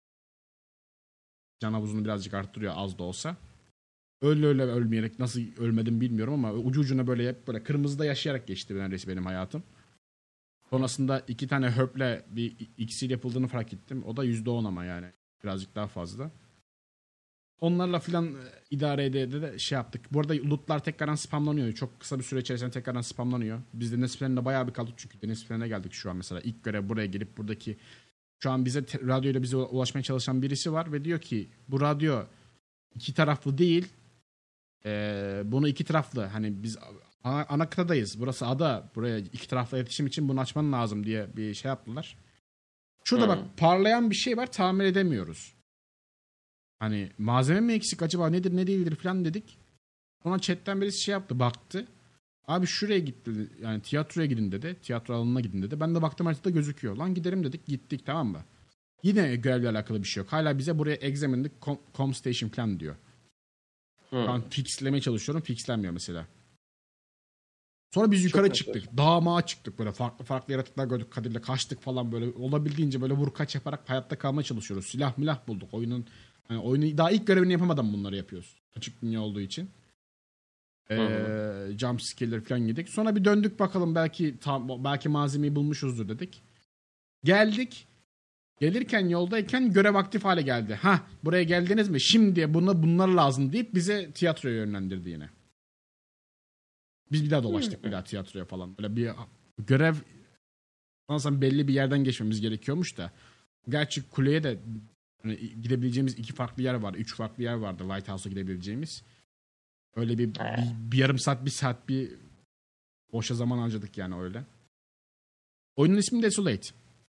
Can havuzunu birazcık arttırıyor az da olsa. Öyle öyle ölmeyerek nasıl ölmedim bilmiyorum ama ucu ucuna böyle hep böyle kırmızıda yaşayarak geçti neredeyse benim hayatım. Sonrasında iki tane herb'le bir iksir yapıldığını fark ettim. O da yüzde on ama yani birazcık daha fazla. Onlarla filan idare ede ede de şey yaptık. Bu arada lootlar tekrardan spamlanıyor. Çok kısa bir süre içerisinde tekrardan spamlanıyor. Biz de deniz planında bayağı bir kaldık çünkü deniz planına geldik şu an mesela. İlk görev buraya gelip buradaki şu an bize te- radyoyla bize ulaşmaya çalışan birisi var ve diyor ki bu radyo iki taraflı değil. Ee, bunu iki taraflı hani biz ana, ana kıtadayız. Burası ada. Buraya iki taraflı iletişim için bunu açman lazım diye bir şey yaptılar. Şurada Hmm. bak parlayan bir şey var, tamir edemiyoruz. Hani malzeme mi eksik acaba nedir ne değildir falan dedik. Sonra chatten birisi şey yaptı, baktı. Abi şuraya gitti yani tiyatroya gidin dedi. Tiyatro alanına gidin dedi. Ben de baktım haritada gözüküyor. Lan gidelim dedik gittik tamam mı? Yine görevle alakalı bir şey yok. Hala bize buraya examine'lik com, com station plan diyor. Hmm. Ben fixlemeye çalışıyorum. Fixlenmiyor mesela. Sonra biz yukarı Çok çıktık. Dağa mağa çıktık böyle. Farklı farklı yaratıklar gördük. Kadir'le kaçtık falan böyle. Olabildiğince böyle vur kaç yaparak hayatta kalmaya çalışıyoruz. Silah milah bulduk. Oyunun yani oyunu daha ilk görevini yapamadan bunları yapıyoruz. Açık dünya olduğu için. Ee, jump scare'ler falan yedik. Sonra bir döndük bakalım belki tam, belki malzemeyi bulmuşuzdur dedik. Geldik. Gelirken yoldayken görev aktif hale geldi. Ha buraya geldiniz mi? Şimdi buna bunlar lazım deyip bize tiyatroya yönlendirdi yine. Biz bir daha dolaştık bir daha tiyatroya falan. Böyle bir görev sanırsam belli bir yerden geçmemiz gerekiyormuş da. Gerçi kuleye de hani gidebileceğimiz iki farklı yer vardı. Üç farklı yer vardı Lighthouse'a gidebileceğimiz. Öyle bir, bir, bir yarım saat bir saat bir boşa zaman harcadık yani öyle. Oyunun ismi Desolate.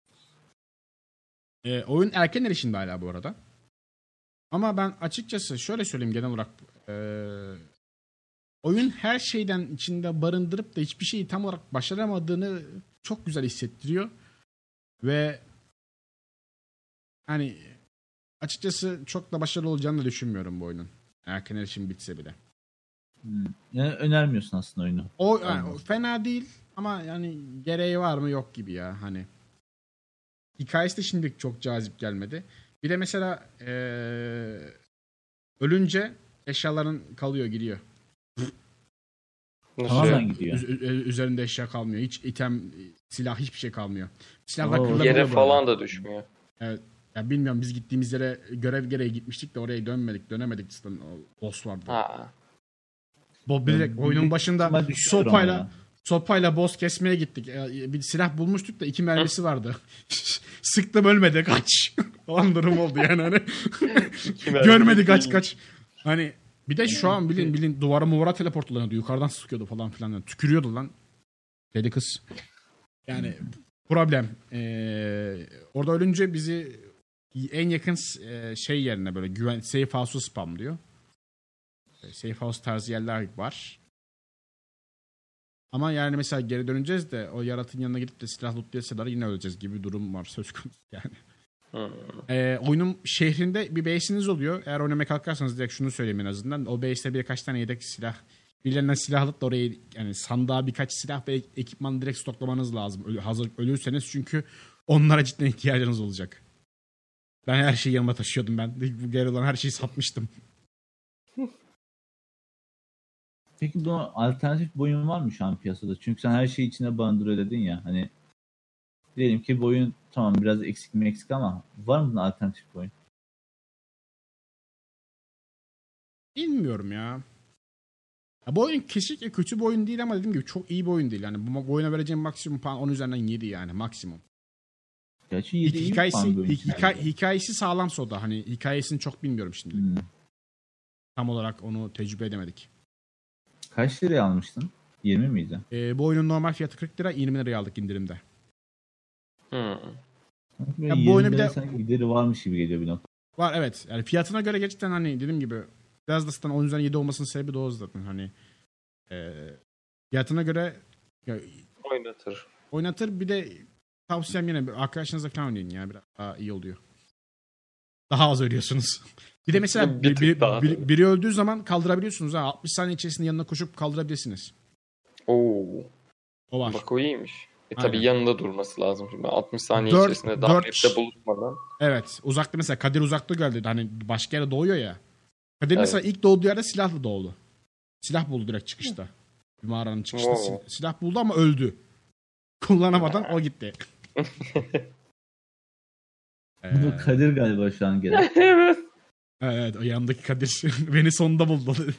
Ee, oyun erken erişimde hala bu arada. Ama ben açıkçası şöyle söyleyeyim genel olarak e, oyun her şeyden içinde barındırıp da hiçbir şeyi tam olarak başaramadığını çok güzel hissettiriyor. Ve hani açıkçası çok da başarılı olacağını da düşünmüyorum bu oyunun. Erken erişim bitse bile. Hmm. Yani önermiyorsun aslında oyunu. O, yani, o fena değil ama yani gereği var mı yok gibi ya hani. Hikayesi de şimdilik çok cazip gelmedi. Bir de mesela ee, ölünce eşyaların kalıyor gidiyor. Tamamen gidiyor. Ü- üzerinde eşya kalmıyor. Hiç item, silah hiçbir şey kalmıyor. Silahlar Oo. kırılabiliyor Yere böyle. falan da düşmüyor. Evet. Ya bilmiyorum biz gittiğimiz yere görev gereği gitmiştik de oraya dönmedik. Dönemedik. Zaten o boss vardı. Ha. Bu direkt oyunun başında sopayla sopayla boss kesmeye gittik. Bir silah bulmuştuk da iki mermisi vardı. Sıktım ölmedi kaç. Falan durum oldu yani hani. Görmedi kaç kaç. Hani bir de şu an bilin bilin duvara muvara teleport oluyordu. Yukarıdan sıkıyordu falan filan. Yani tükürüyordu lan. Dedi kız. Yani problem. Ee, orada ölünce bizi en yakın e, şey yerine böyle güven safe house'u spamlıyor. Safe house tarzı yerler var. Ama yani mesela geri döneceğiz de o yaratığın yanına gidip de silah lootlayasalar yine öleceğiz gibi bir durum var söz konusu yani. Hmm. Ee, oyunun şehrinde bir base'iniz oluyor. Eğer oynamaya kalkarsanız direkt şunu söyleyeyim en azından. O base'te birkaç tane yedek silah, birilerinden silah alıp da oraya yani sandığa birkaç silah ve ekipman direkt stoklamanız lazım. Ölü, hazır ölürseniz çünkü onlara cidden ihtiyacınız olacak. Ben her şeyi yanıma taşıyordum ben. Bu geri olan her şeyi satmıştım. Peki bu alternatif bir oyun var mı şu an piyasada? Çünkü sen her şeyi içine barındırıyor dedin ya. Hani diyelim ki bu oyun tamam biraz eksik mi eksik ama var mı alternatif bir oyun? Bilmiyorum ya. Ya bu oyun kesinlikle kötü bir oyun değil ama dediğim gibi çok iyi bir oyun değil. Yani bu, bu oyuna vereceğim maksimum puan on üzerinden yedi yani maksimum. Gerçi yedi iyi hikayesi, bir oyun. Hikay, hikayesi sağlam soda. Hani hikayesini çok bilmiyorum şimdi. Hmm. Tam olarak onu tecrübe edemedik. Kaç liraya almıştın? yirmi miydi? Ee, bu oyunun normal fiyatı kırk lira, yirmi liraya aldık indirimde. Hmm. Ya bu oyuna bir de sanki gideri varmış gibi geliyor bir nokta. Var evet. Yani fiyatına göre gerçekten hani dediğim gibi biraz da zaten on üzerinden yedi olmasının sebebi de o zaten hani e, fiyatına göre ya, oynatır. Oynatır bir de tavsiyem yine arkadaşınızla falan oynayın ya biraz daha iyi oluyor. Daha az ölüyorsunuz. Bir de mesela bir, bir, bir, biri öldüğü zaman kaldırabiliyorsunuz ha. altmış saniye içerisinde yanına koşup kaldırabilirsiniz. Oo. O var. Bak o iyiymiş. E tabii yanında durması lazım şimdi. altmış saniye dört, içerisinde daha map'te bulunmadan. Evet. Uzakta mesela Kadir uzakta geldi. Hani başka yere doğuyor ya. Kadir evet. Mesela ilk doğduğu yerde silahla doğdu. Silah buldu direkt çıkışta. Bir mağaranın çıkışta wow. silah buldu ama öldü. Kullanamadan o gitti. Bu ee... Kadir galiba şu an gelen. Evet. Evet o yanındaki Kadir beni sonunda buldu.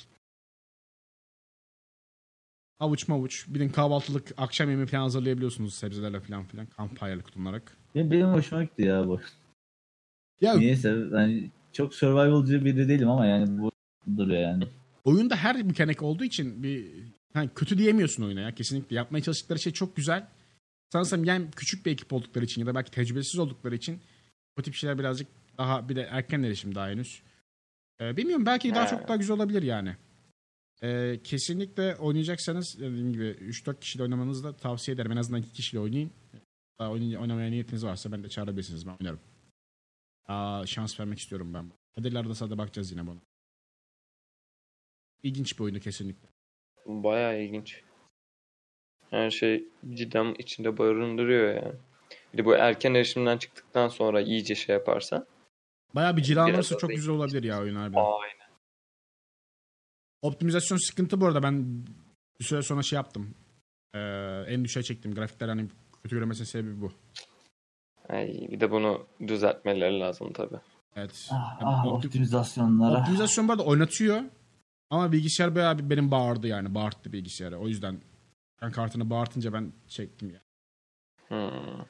Avuç mavuç. Bilin kahvaltılık akşam yemeği falan hazırlayabiliyorsunuz sebzelerle falan filan. Campfire'lı kutunlarak. Benim, benim hoşuma gitti ya bu. Ya, niyeyse yani çok survivalcı biri değilim ama yani bu duruyor yani. Oyunda her mekanik olduğu için bir yani kötü diyemiyorsun oyuna ya kesinlikle. Yapmaya çalıştıkları şey çok güzel. Sanırsam yani küçük bir ekip oldukları için ya da belki tecrübesiz oldukları için bu tip şeyler birazcık daha bir de erken erişim daha henüz. Ee, bilmiyorum belki daha çok daha güzel olabilir yani. Ee, kesinlikle oynayacaksanız dediğim gibi üç dört kişiyle oynamanızı da tavsiye ederim. En azından iki kişiyle oynayın. Daha oynay- oynamaya niyetiniz varsa ben de çağırabilirsiniz. Ben oynarım. Aa, şans vermek istiyorum ben. Kadirler'de sadece bakacağız yine buna. İlginç bir oyunu kesinlikle. Bayağı ilginç. Her şey cidden içinde barındırıyor yani. Bir de bu erken erişimden çıktıktan sonra iyice şey yaparsan. Bayağı bir Biraz cilalanırsa da çok zengin. güzel olabilir ya oyun harbi. Aynen. Optimizasyon sıkıntı bu arada. Ben bir süre sonra şey yaptım. Ee, en düşüğe çektim. Grafikler hani kötü görmesinin sebebi bu. Ay, bir de bunu düzeltmeleri lazım tabii. Evet. Ah, Yani ah, opti- optimizasyonlara. optimizasyon bu arada oynatıyor. Ama bilgisayar bayağı bir benim bağırdı yani. Bağırttı bilgisayarı. O yüzden ben kartını bağırtınca ben çektim ya. Hmm.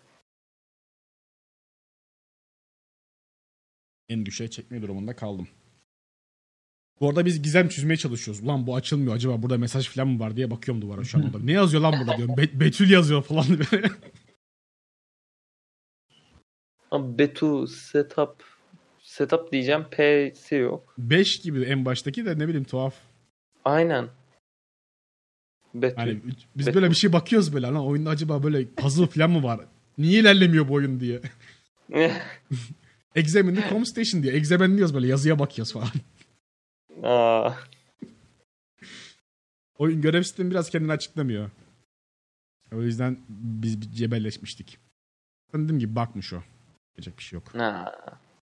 En düşüğe çekme durumunda kaldım. Bu arada biz gizem çözmeye çalışıyoruz. Ulan bu açılmıyor. Acaba burada mesaj falan mı var diye bakıyorum duvara şu anda. Ne yazıyor lan burada diyorum. Bet- Betül yazıyor falan. Ama Betu setup setup diyeceğim, P'si yok. beş gibi en baştaki de ne bileyim tuhaf. Aynen. Betül. Hani biz Betül. böyle bir şey bakıyoruz böyle. Lan oyunda acaba böyle puzzle falan mı var? Niye ilerlemiyor bu oyun diye. Examine the com station diye. Examine diyoruz böyle yazıya bakıyoruz falan. Aa, Oyun görev sistemi biraz kendini açıklamıyor. O yüzden biz bir cebelleşmiştik. Ben dediğim gibi bakmış o. Yapacak bir şey yok. ha.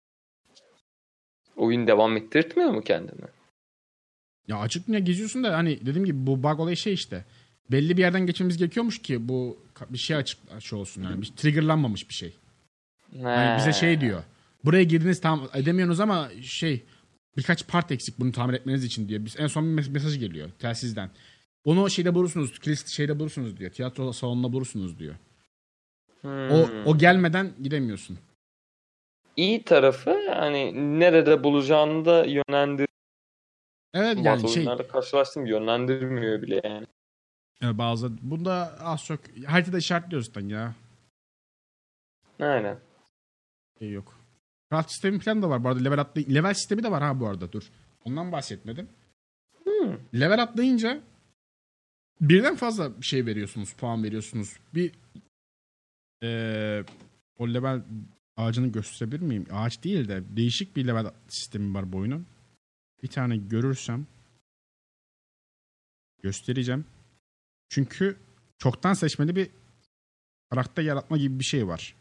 Oyun devam ettirtmiyor mu kendini? Ya açık dünya geziyorsun da hani dediğim gibi bu bug olayı şey işte. Belli bir yerden geçmemiz gerekiyormuş ki bu bir şey açık şey olsun yani. Bir triggerlanmamış bir şey. Yani bize şey diyor. Buraya girdiniz tam edemiyorsunuz ama şey birkaç part eksik bunu tamir etmeniz için diyor. Biz en son bir mes- mesaj geliyor telsizden. Onu şeyde bulursunuz, kilit şeyde bulursunuz diyor. Tiyatro salonunda bulursunuz diyor. Hmm. O o gelmeden gidemiyorsun. İyi tarafı yani nerede bulacağını da yönlendir. Evet Bazı yani şey oyunlarda karşılaştım, yönlendirmiyor bile yani. e, bazı bunda az çok haritada işaretliyoruz zaten ya. Aynen. Şey yok. Craft sistemi falan da var. Bu arada level atlı level sistemi de var ha bu arada dur. Ondan bahsetmedim. Hmm. Level atlayınca birden fazla şey veriyorsunuz, puan veriyorsunuz. Bir eee o level ağacını gösterebilir miyim? Ağaç değil de değişik bir level sistemi var bu oyunun. Bir tane görürsem göstereceğim. Çünkü çoktan seçmeli bir karakter yaratma gibi bir şey var.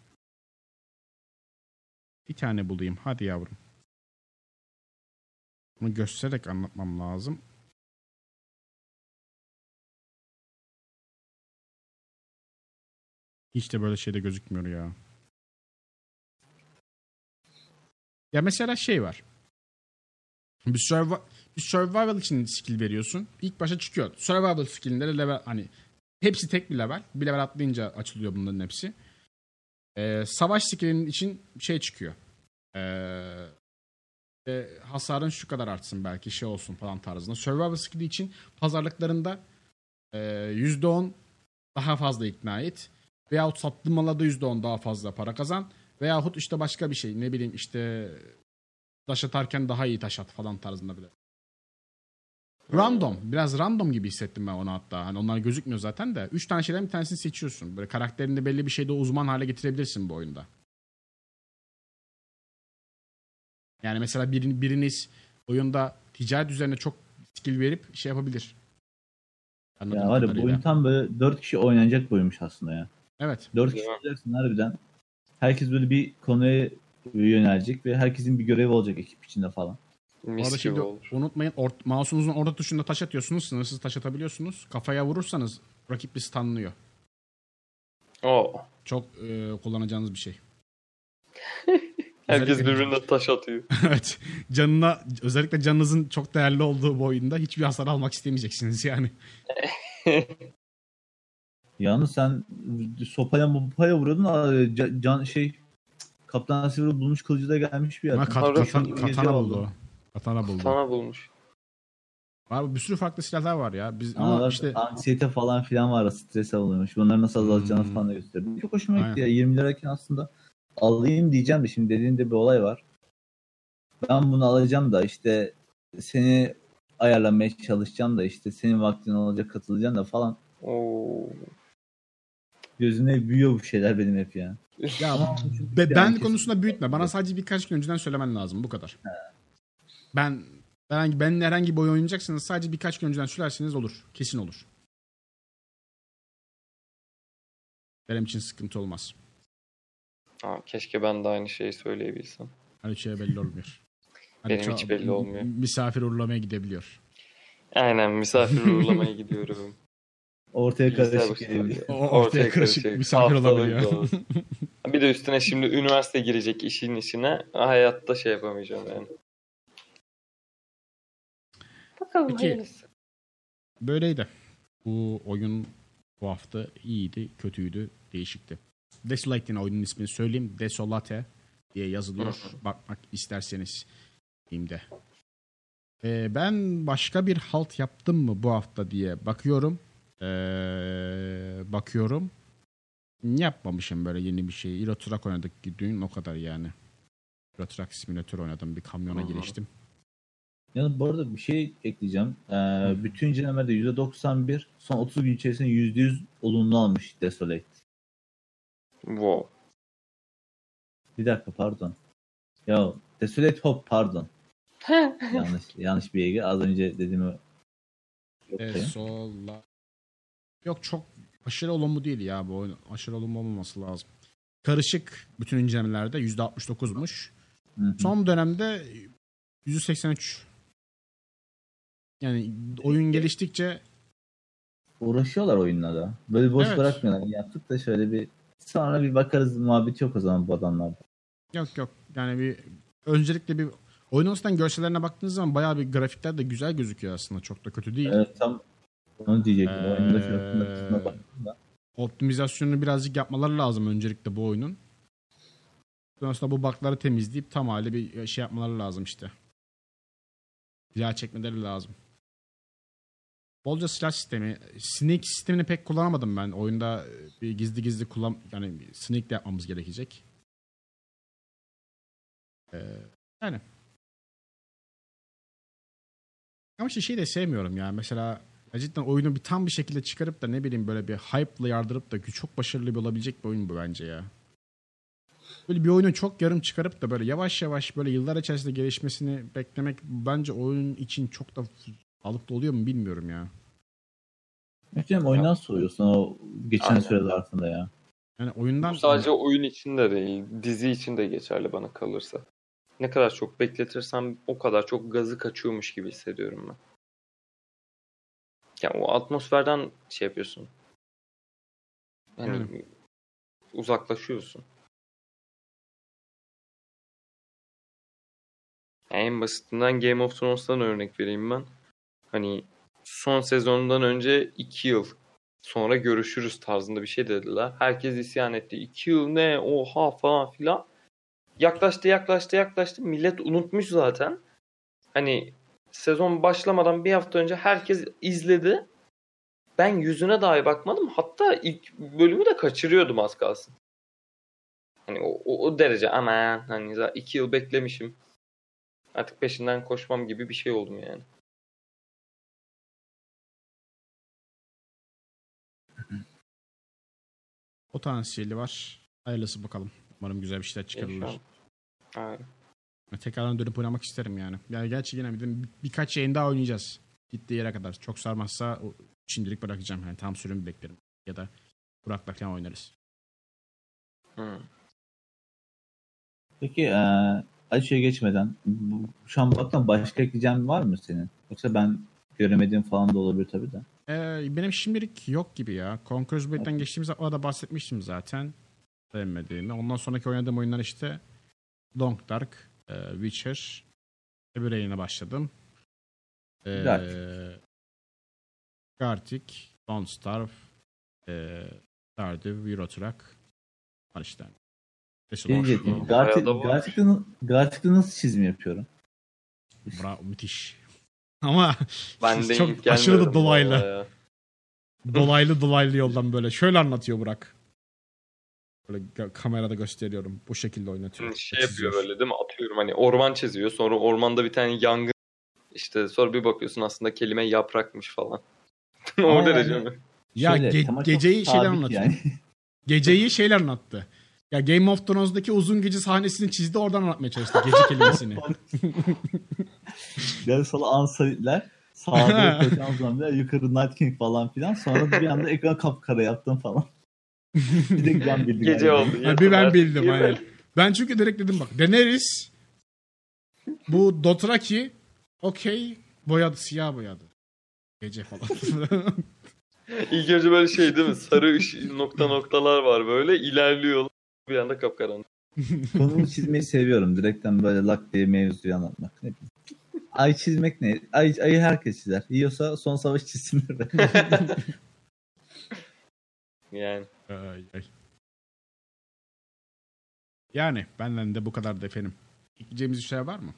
Bir tane bulayım. Hadi yavrum. Bunu göstererek anlatmam lazım. Hiç de böyle şeyde gözükmüyor ya. Ya mesela şey var. Bir, survi- bir survival için skill veriyorsun. İlk başa çıkıyor. Survival skill'inde de level hani hepsi tek bir level. Bir level atlayınca açılıyor bunların hepsi. Ee, savaş skill'inin için şey çıkıyor. Ee, e, hasarın şu kadar artsın belki şey olsun falan tarzında. Survival skill'i için pazarlıklarında e, yüzde on daha fazla ikna et. Veyahut sattığın mala da yüzde on daha fazla para kazan. Veyahut işte başka bir şey ne bileyim işte taş atarken daha iyi taş at falan tarzında bile. Random. Biraz random gibi hissettim ben onu hatta. Hani onlar gözükmüyor zaten de. Üç tane şeyden bir tanesini seçiyorsun. Böyle karakterini belli bir şeyde uzman hale getirebilirsin bu oyunda. Yani mesela bir, biriniz oyunda ticaret üzerine çok skill verip şey yapabilir. Anladığım Ya var ya bu kadarıyla. oyun tam böyle dört kişi oynanacak bir oyunmuş aslında ya. Evet. dört kişi olacaksın harbiden. Herkes böyle bir konuya yönelecek ve herkesin bir görevi olacak ekip içinde falan. Bu arada Mis gibi şimdi olur. unutmayın ort, mouse'unuzun orta tuşunda taş atıyorsunuz. Sınırsız taş atabiliyorsunuz. Kafaya vurursanız rakip bir stunlıyor. Oo. Çok e, kullanacağınız bir şey. Herkes Özellikle- birbirine taş atıyor. Evet. Canına özellikle canınızın çok değerli olduğu bu oyunda hiçbir hasar almak istemeyeceksiniz yani. Yalnız sen sopaya mopaya vuruyordun ca- can şey Kaptan Silver bulmuş kılıcı da gelmiş bir Ama yerden. kat, Harbi katan- şu katana gece buldu oldu. o. Katana buldu. Sana bulmuş. Abi bir sürü farklı silahlar var ya. Biz Ama ama bak, işte anksiyete falan filan var, stres alıyormuş. Bunları nasıl azaltacağını Hmm. falan da gösterdi. Çok hoşuma gitti Aynen. ya. yirmi lirayken aslında alayım diyeceğim de şimdi dediğinde bir olay var. Ben bunu alacağım da işte seni ayarlamaya çalışacaksın da işte senin vaktin olacak katılacaksın da falan. Oo. Gözüne büyüyor bu şeyler benim hep ya. Ya Ama be- ben yani konusunda kesin- büyütme. Bana sadece birkaç gün önceden söylemen lazım. Bu kadar. Ben herhangi, ben herhangi bir oyun oynayacaksınız. Sadece birkaç gün önceden söylerseniz olur. Kesin olur. Benim için sıkıntı olmaz. Aa, keşke ben de aynı şeyi söyleyebilsem. Hani şey belli olmuyor. Hani Benim hiç belli olmuyor. Misafir uğurlamaya gidebiliyor. Aynen, misafir uğurlamaya gidiyorum. Ortaya Bilgisayar karışık başında gelebiliyor. oluyor. O ortaya karışık misafir Haftalık olabiliyor. doz. Bir de üstüne şimdi üniversite girecek işin içine. Hayatta şey yapamayacağım yani. Bakalım Peki. hayırlısı. Böyleydi. Bu oyun bu hafta iyiydi, kötüydü, değişikti. Desolate'in oyunun ismini söyleyeyim. Desolate diye yazılıyor. Bakmak isterseniz Steam'de. Ee, ben başka bir halt yaptım mı bu hafta diye bakıyorum. Ee, bakıyorum. Yapmamışım böyle yeni bir şey. Euro Truck oynadık dün, o kadar yani. Euro Truck Simulator oynadım. Bir kamyona giriştim. Yani bu arada bir şey ekleyeceğim. Ee, bütün incelemelerde yüzde doksan bir, son otuz gün içerisinde yüzde yüz olumlu almış Desolate. Wow. Bir dakika pardon. Ya Desolate Hop pardon. yanlış yanlış bir bilgi. Az önce dediğimi yok sayın. Desola. Yok, çok aşırı olumlu değil ya bu oyun. Aşırı olumlu olmaması lazım. Karışık bütün incelemelerde yüzde altmış dokuzmuş. Hı hı. Son dönemde yüzde seksen üç. Yani oyun geliştikçe Uğraşıyorlar oyunlara. Böyle boş Evet. bırakmıyorlar. Yaptık da şöyle bir sonra bir bakarız muhabbeti yok o zaman bu adamlarda. yok yok yani bir öncelikle bir oyunun aslında görsellerine baktığınız zaman bayağı bir grafikler de güzel gözüküyor aslında. Çok da kötü değil. Evet tam onu diyecektim. Ee, Oyunda fiyatında kısmına baktım da. Optimizasyonunu birazcık yapmaları lazım öncelikle bu oyunun. Sonrasında bu bug'ları temizleyip tam hali bir şey yapmaları lazım işte. Silah çekmeleri lazım. Bolca silah sistemi. Sneak sistemini pek kullanamadım ben. Oyunda bir gizli gizli kullan yani sneak de yapmamız gerekecek. Ee, yani. Ama işte şeyi de sevmiyorum ya. Mesela ya cidden oyunu bir tam bir şekilde çıkarıp da ne bileyim böyle bir hype'la yardırıp da çok başarılı bir olabilecek bir oyun bu bence ya. Böyle bir oyunu çok yarım çıkarıp da böyle yavaş yavaş böyle yıllar içerisinde gelişmesini beklemek bence oyun için çok da sağlıklı oluyor mu bilmiyorum ya. Hocam oyundan soğuyorsun o geçen Aynen. süre zarfında ya. Yani oyundan Bu sadece oyun için de değil, dizi için de geçerli bana kalırsa. Ne kadar çok bekletirsem o kadar çok gazı kaçıyormuş gibi hissediyorum ben. Yani o atmosferden şey yapıyorsun. Yani, Yani. uzaklaşıyorsun. Yani en basitinden Game of Thrones'tan örnek vereyim ben. Hani son sezondan önce iki yıl sonra görüşürüz tarzında bir şey dediler. Herkes isyan etti. iki yıl ne? Oha falan filan. Yaklaştı yaklaştı yaklaştı. Millet unutmuş zaten. Hani sezon başlamadan bir hafta önce herkes izledi. Ben yüzüne dahi bakmadım. Hatta ilk bölümü de kaçırıyordum az kalsın. Hani o, o, o derece aman hani zaten iki yıl beklemişim. Artık peşinden koşmam gibi bir şey oldum yani. potansiyeli var. Hayırlısı bakalım. Umarım güzel bir şeyler çıkarırlar. İnşallah. Aynen. Tekrardan dönüp oynamak isterim yani. Yani gerçi yine bir, de birkaç yayın daha oynayacağız. Gittiği yere kadar. Çok sarmazsa o- şimdilik bırakacağım. Yani tam sürümü beklerim. Ya da Burak'la falan oynarız. Hı. Peki e, Ayşe'ye geçmeden bu- şu an baktan başka ekleyeceğin var mı senin? Yoksa ben göremediğim falan da olabilir tabii de. Ee, benim şimdilik yok gibi ya. Conqueror's Blade'den geçtiğimiz arada bahsetmiştim zaten. Sevmediğimi. Ondan sonraki oynadığım oyunlar işte Long Dark, e, Witcher, öbür yayına başladım. Ee, Gartic. Gartic, Don't Starve, e, Stardew, Euro Truck. Var işte. Şey diyecektim. Bayağı Gartic, da var. Gartic'te, Gartic'te nasıl çizim yapıyorum? Bravo, müthiş. Ama Ben de çok ilk aşırı da gelmiyorum dolaylı. vallahi ya. dolaylı dolaylı yoldan böyle. Şöyle anlatıyor Burak. Böyle ga- kamerada gösteriyorum. Bu şekilde oynatıyor. Şey çiziyor. yapıyor böyle değil mi? Atıyorum hani orman çiziyor. Sonra ormanda bir tane yangın işte sonra bir bakıyorsun aslında kelime yaprakmış falan. o Ama derece yani- mi? Ya Şöyle, ge- tema çok geceyi şeyler sabit anlatıyor. yani. Geceyi şeyler anlattı. Ya Game of Thrones'daki uzun gece sahnesini çizdi, oradan anlatmaya çalıştı gece kelimesini. Yani sola Ansaritler, sağa doğru koşan zombiler, yukarı Night King falan filan. Sonra bir anda ekran kapkara yaptım falan. Bir de ben bildim. Gece galiba. oldu. Ha, bir ben Artık bildim niye aynen. böyle? Ben çünkü direkt dedim bak, Daenerys bu Dothraki okey boyadı, siyah boyadı. Gece falan. İlk önce böyle şey değil mi? Sarı ışık, nokta noktalar var böyle. İlerliyorlar. Bir anda kapkaranlık. Konumu çizmeyi seviyorum. Direkten böyle lak diye mevzuyu anlatmak. Ne bileyim. Ay çizmek ne? Ay, ayı herkes çizer. Yiyorsa son savaş çizsinler. Yani. Ay, ay. Yani benden de bu kadar da efendim. Ekleyeceğimiz bir şey var mı?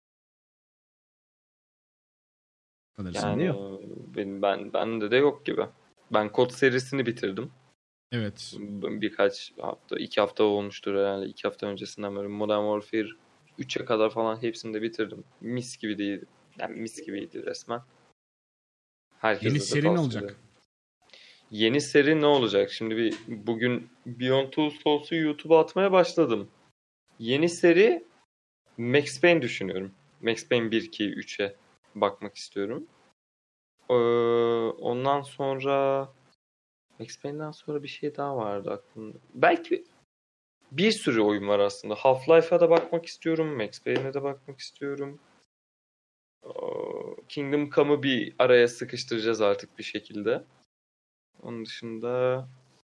Sanırsam. Yani yok. benim ben bende de yok gibi. Ben kod serisini bitirdim. Evet. Birkaç hafta, iki hafta olmuştur herhalde. İki hafta öncesinden böyle Modern Warfare üçe kadar falan hepsini de bitirdim. Mis gibi değil. Yani mis gibiydi resmen. Herkese Yeni de seri ne tavsiye olacak? ederim. Yeni seri ne olacak? Şimdi bir bugün Beyond Two Souls'u YouTube'a atmaya başladım. Yeni seri Max Payne düşünüyorum. Max Payne bir, iki, üçe bakmak istiyorum. Ee, ondan sonra Max Payne'den sonra bir şey daha vardı aklımda. Belki bir sürü oyun var aslında. Half-Life'a da bakmak istiyorum. Max Payne'e de bakmak istiyorum. Ee, Kingdom Come'ı bir araya sıkıştıracağız artık bir şekilde. Onun dışında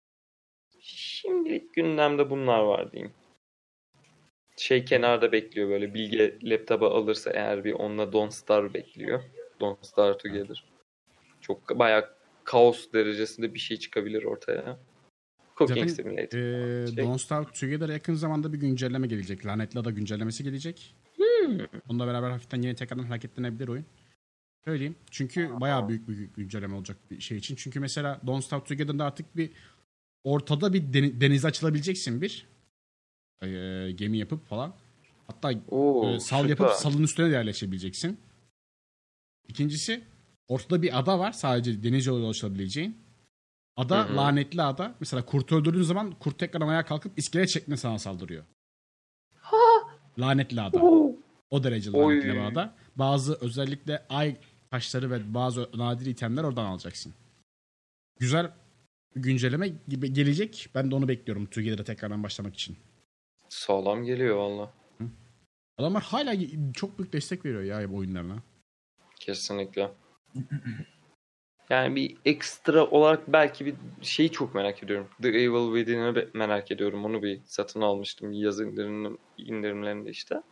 şimdilik gündemde bunlar var diyeyim. Şey kenarda bekliyor böyle. Bilge laptopu alırsa eğer bir onunla Don't Starve bekliyor. Don't Starve Together. Çok bayağı kaos derecesinde bir şey çıkabilir ortaya. Cooking Zaten Simulator. e, Şey. Don't Starve Together'a yakın zamanda bir güncelleme gelecek. Lanetli Ada güncellemesi gelecek. Hmm. Onunla beraber hafiften yeni tekrardan hareketlenebilir oyun. Söyleyeyim. Çünkü bayağı büyük bir güncelleme olacak bir şey için. Çünkü mesela Don't Starve Together'da artık bir ortada bir deni- denize açılabileceksin bir. E, gemi yapıp falan. Hatta Oo, e, sal süper. yapıp salın üstüne de yerleşebileceksin. İkincisi, ortada bir ada var. Sadece deniz yoluyla ulaşabileceğin. Ada, Hı hı. lanetli ada. Mesela kurtu öldürdüğün zaman kurt tekrar ayağa kalkıp iskelet şeklinde sana saldırıyor. Lanetli ada. Oo. O derece Oy. lanetli bir ada. Bazı özellikle ay taşları ve bazı nadir itemler oradan alacaksın. Güzel bir güncelleme gibi gelecek. Ben de onu bekliyorum Together'a tekrardan başlamak için. Sağlam geliyor valla. Adamlar hala çok büyük destek veriyor ya bu oyunlarına. Kesinlikle. Yani bir ekstra olarak belki bir şeyi çok merak ediyorum. The Evil Within'i be- merak ediyorum. Onu bir satın almıştım yaz indirim, indirimlerinde işte.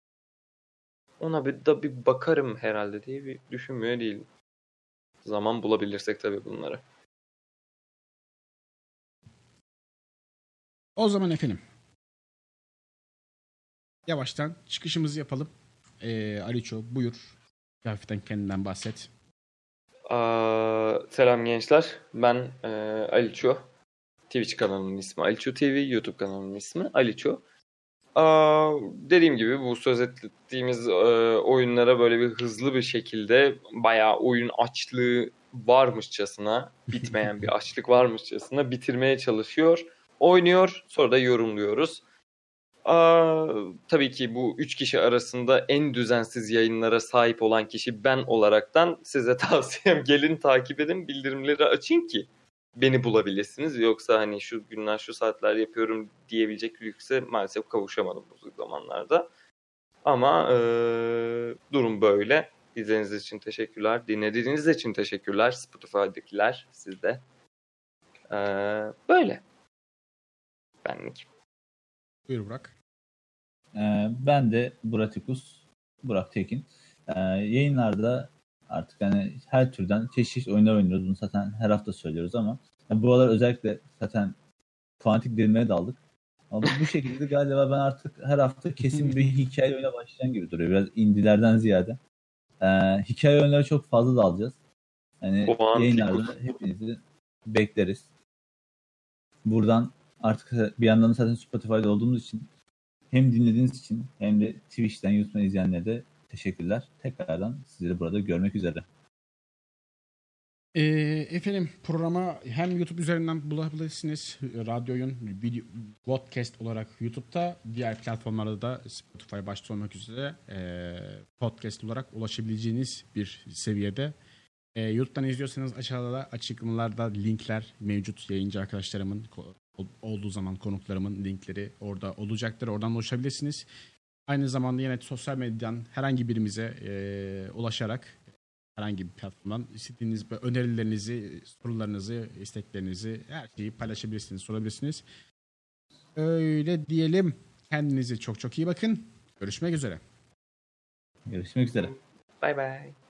Ona bir da bir bakarım herhalde diye bir düşünmüyor değilim. Zaman bulabilirsek tabii bunları. O zaman efendim. Yavaştan çıkışımızı yapalım. Ee, Aliço buyur. Hafiften kendinden bahset. Aa, selam gençler. Ben e, Aliço. Twitch kanalımın ismi Aliço T V. YouTube kanalımın ismi Aliço. Aa, dediğim gibi bu söz ettiğimiz e, oyunlara böyle bir hızlı bir şekilde bayağı oyun açlığı varmışçasına, bitmeyen bir açlık varmışçasına bitirmeye çalışıyor. Oynuyor, sonra da yorumluyoruz. Aa, tabii ki bu üç kişi arasında en düzensiz yayınlara sahip olan kişi ben olaraktan size tavsiyem gelin takip edin, bildirimleri açın ki beni bulabilirsiniz. Yoksa hani şu günler şu saatler yapıyorum diyebilecek lükse maalesef kavuşamadım bu zamanlarda. Ama eee, durum böyle. İzlediğiniz için teşekkürler. Dinlediğiniz için teşekkürler. Spotify'dakiler sizde. Eee, böyle. Benlik. Buyur Burak. Ee, ben de Buratikus, Burak Tekin. Ee, yayınlarda artık hani her türden çeşitli oyunlar oynuyoruz. Bunu zaten her hafta söylüyoruz ama yani bu aralar özellikle zaten fanatik dilimine daldık. Ama bu şekilde galiba ben artık her hafta kesin bir hikaye oyuna başlayan gibi duruyor. Biraz indilerden ziyade. Ee, hikaye oyunları çok fazla da alacağız. Yani Kuantikus. yayınlarda hepinizi bekleriz. Buradan artık bir yandan zaten Spotify'da olduğumuz için hem dinlediğiniz için hem de Twitch'ten, YouTube'dan izleyenlere de Teşekkürler. Tekrardan sizleri burada görmek üzere. Ee, efendim programa hem YouTube üzerinden bulabilirsiniz. Radyoyun video, podcast olarak YouTube'da, diğer platformlarda da Spotify başta olmak üzere e, podcast olarak ulaşabileceğiniz bir seviyede. E, YouTube'dan izliyorsanız aşağıda da açıklamalarda linkler mevcut. Yayıncı arkadaşlarımın olduğu zaman konuklarımın linkleri orada olacaktır. Oradan ulaşabilirsiniz. Aynı zamanda yine sosyal medyadan herhangi birimize e, ulaşarak herhangi bir platformdan istediğiniz önerilerinizi, sorularınızı, isteklerinizi, her şeyi paylaşabilirsiniz, sorabilirsiniz. Öyle diyelim. Kendinize çok çok iyi bakın. Görüşmek üzere. Görüşmek üzere. Bay bay.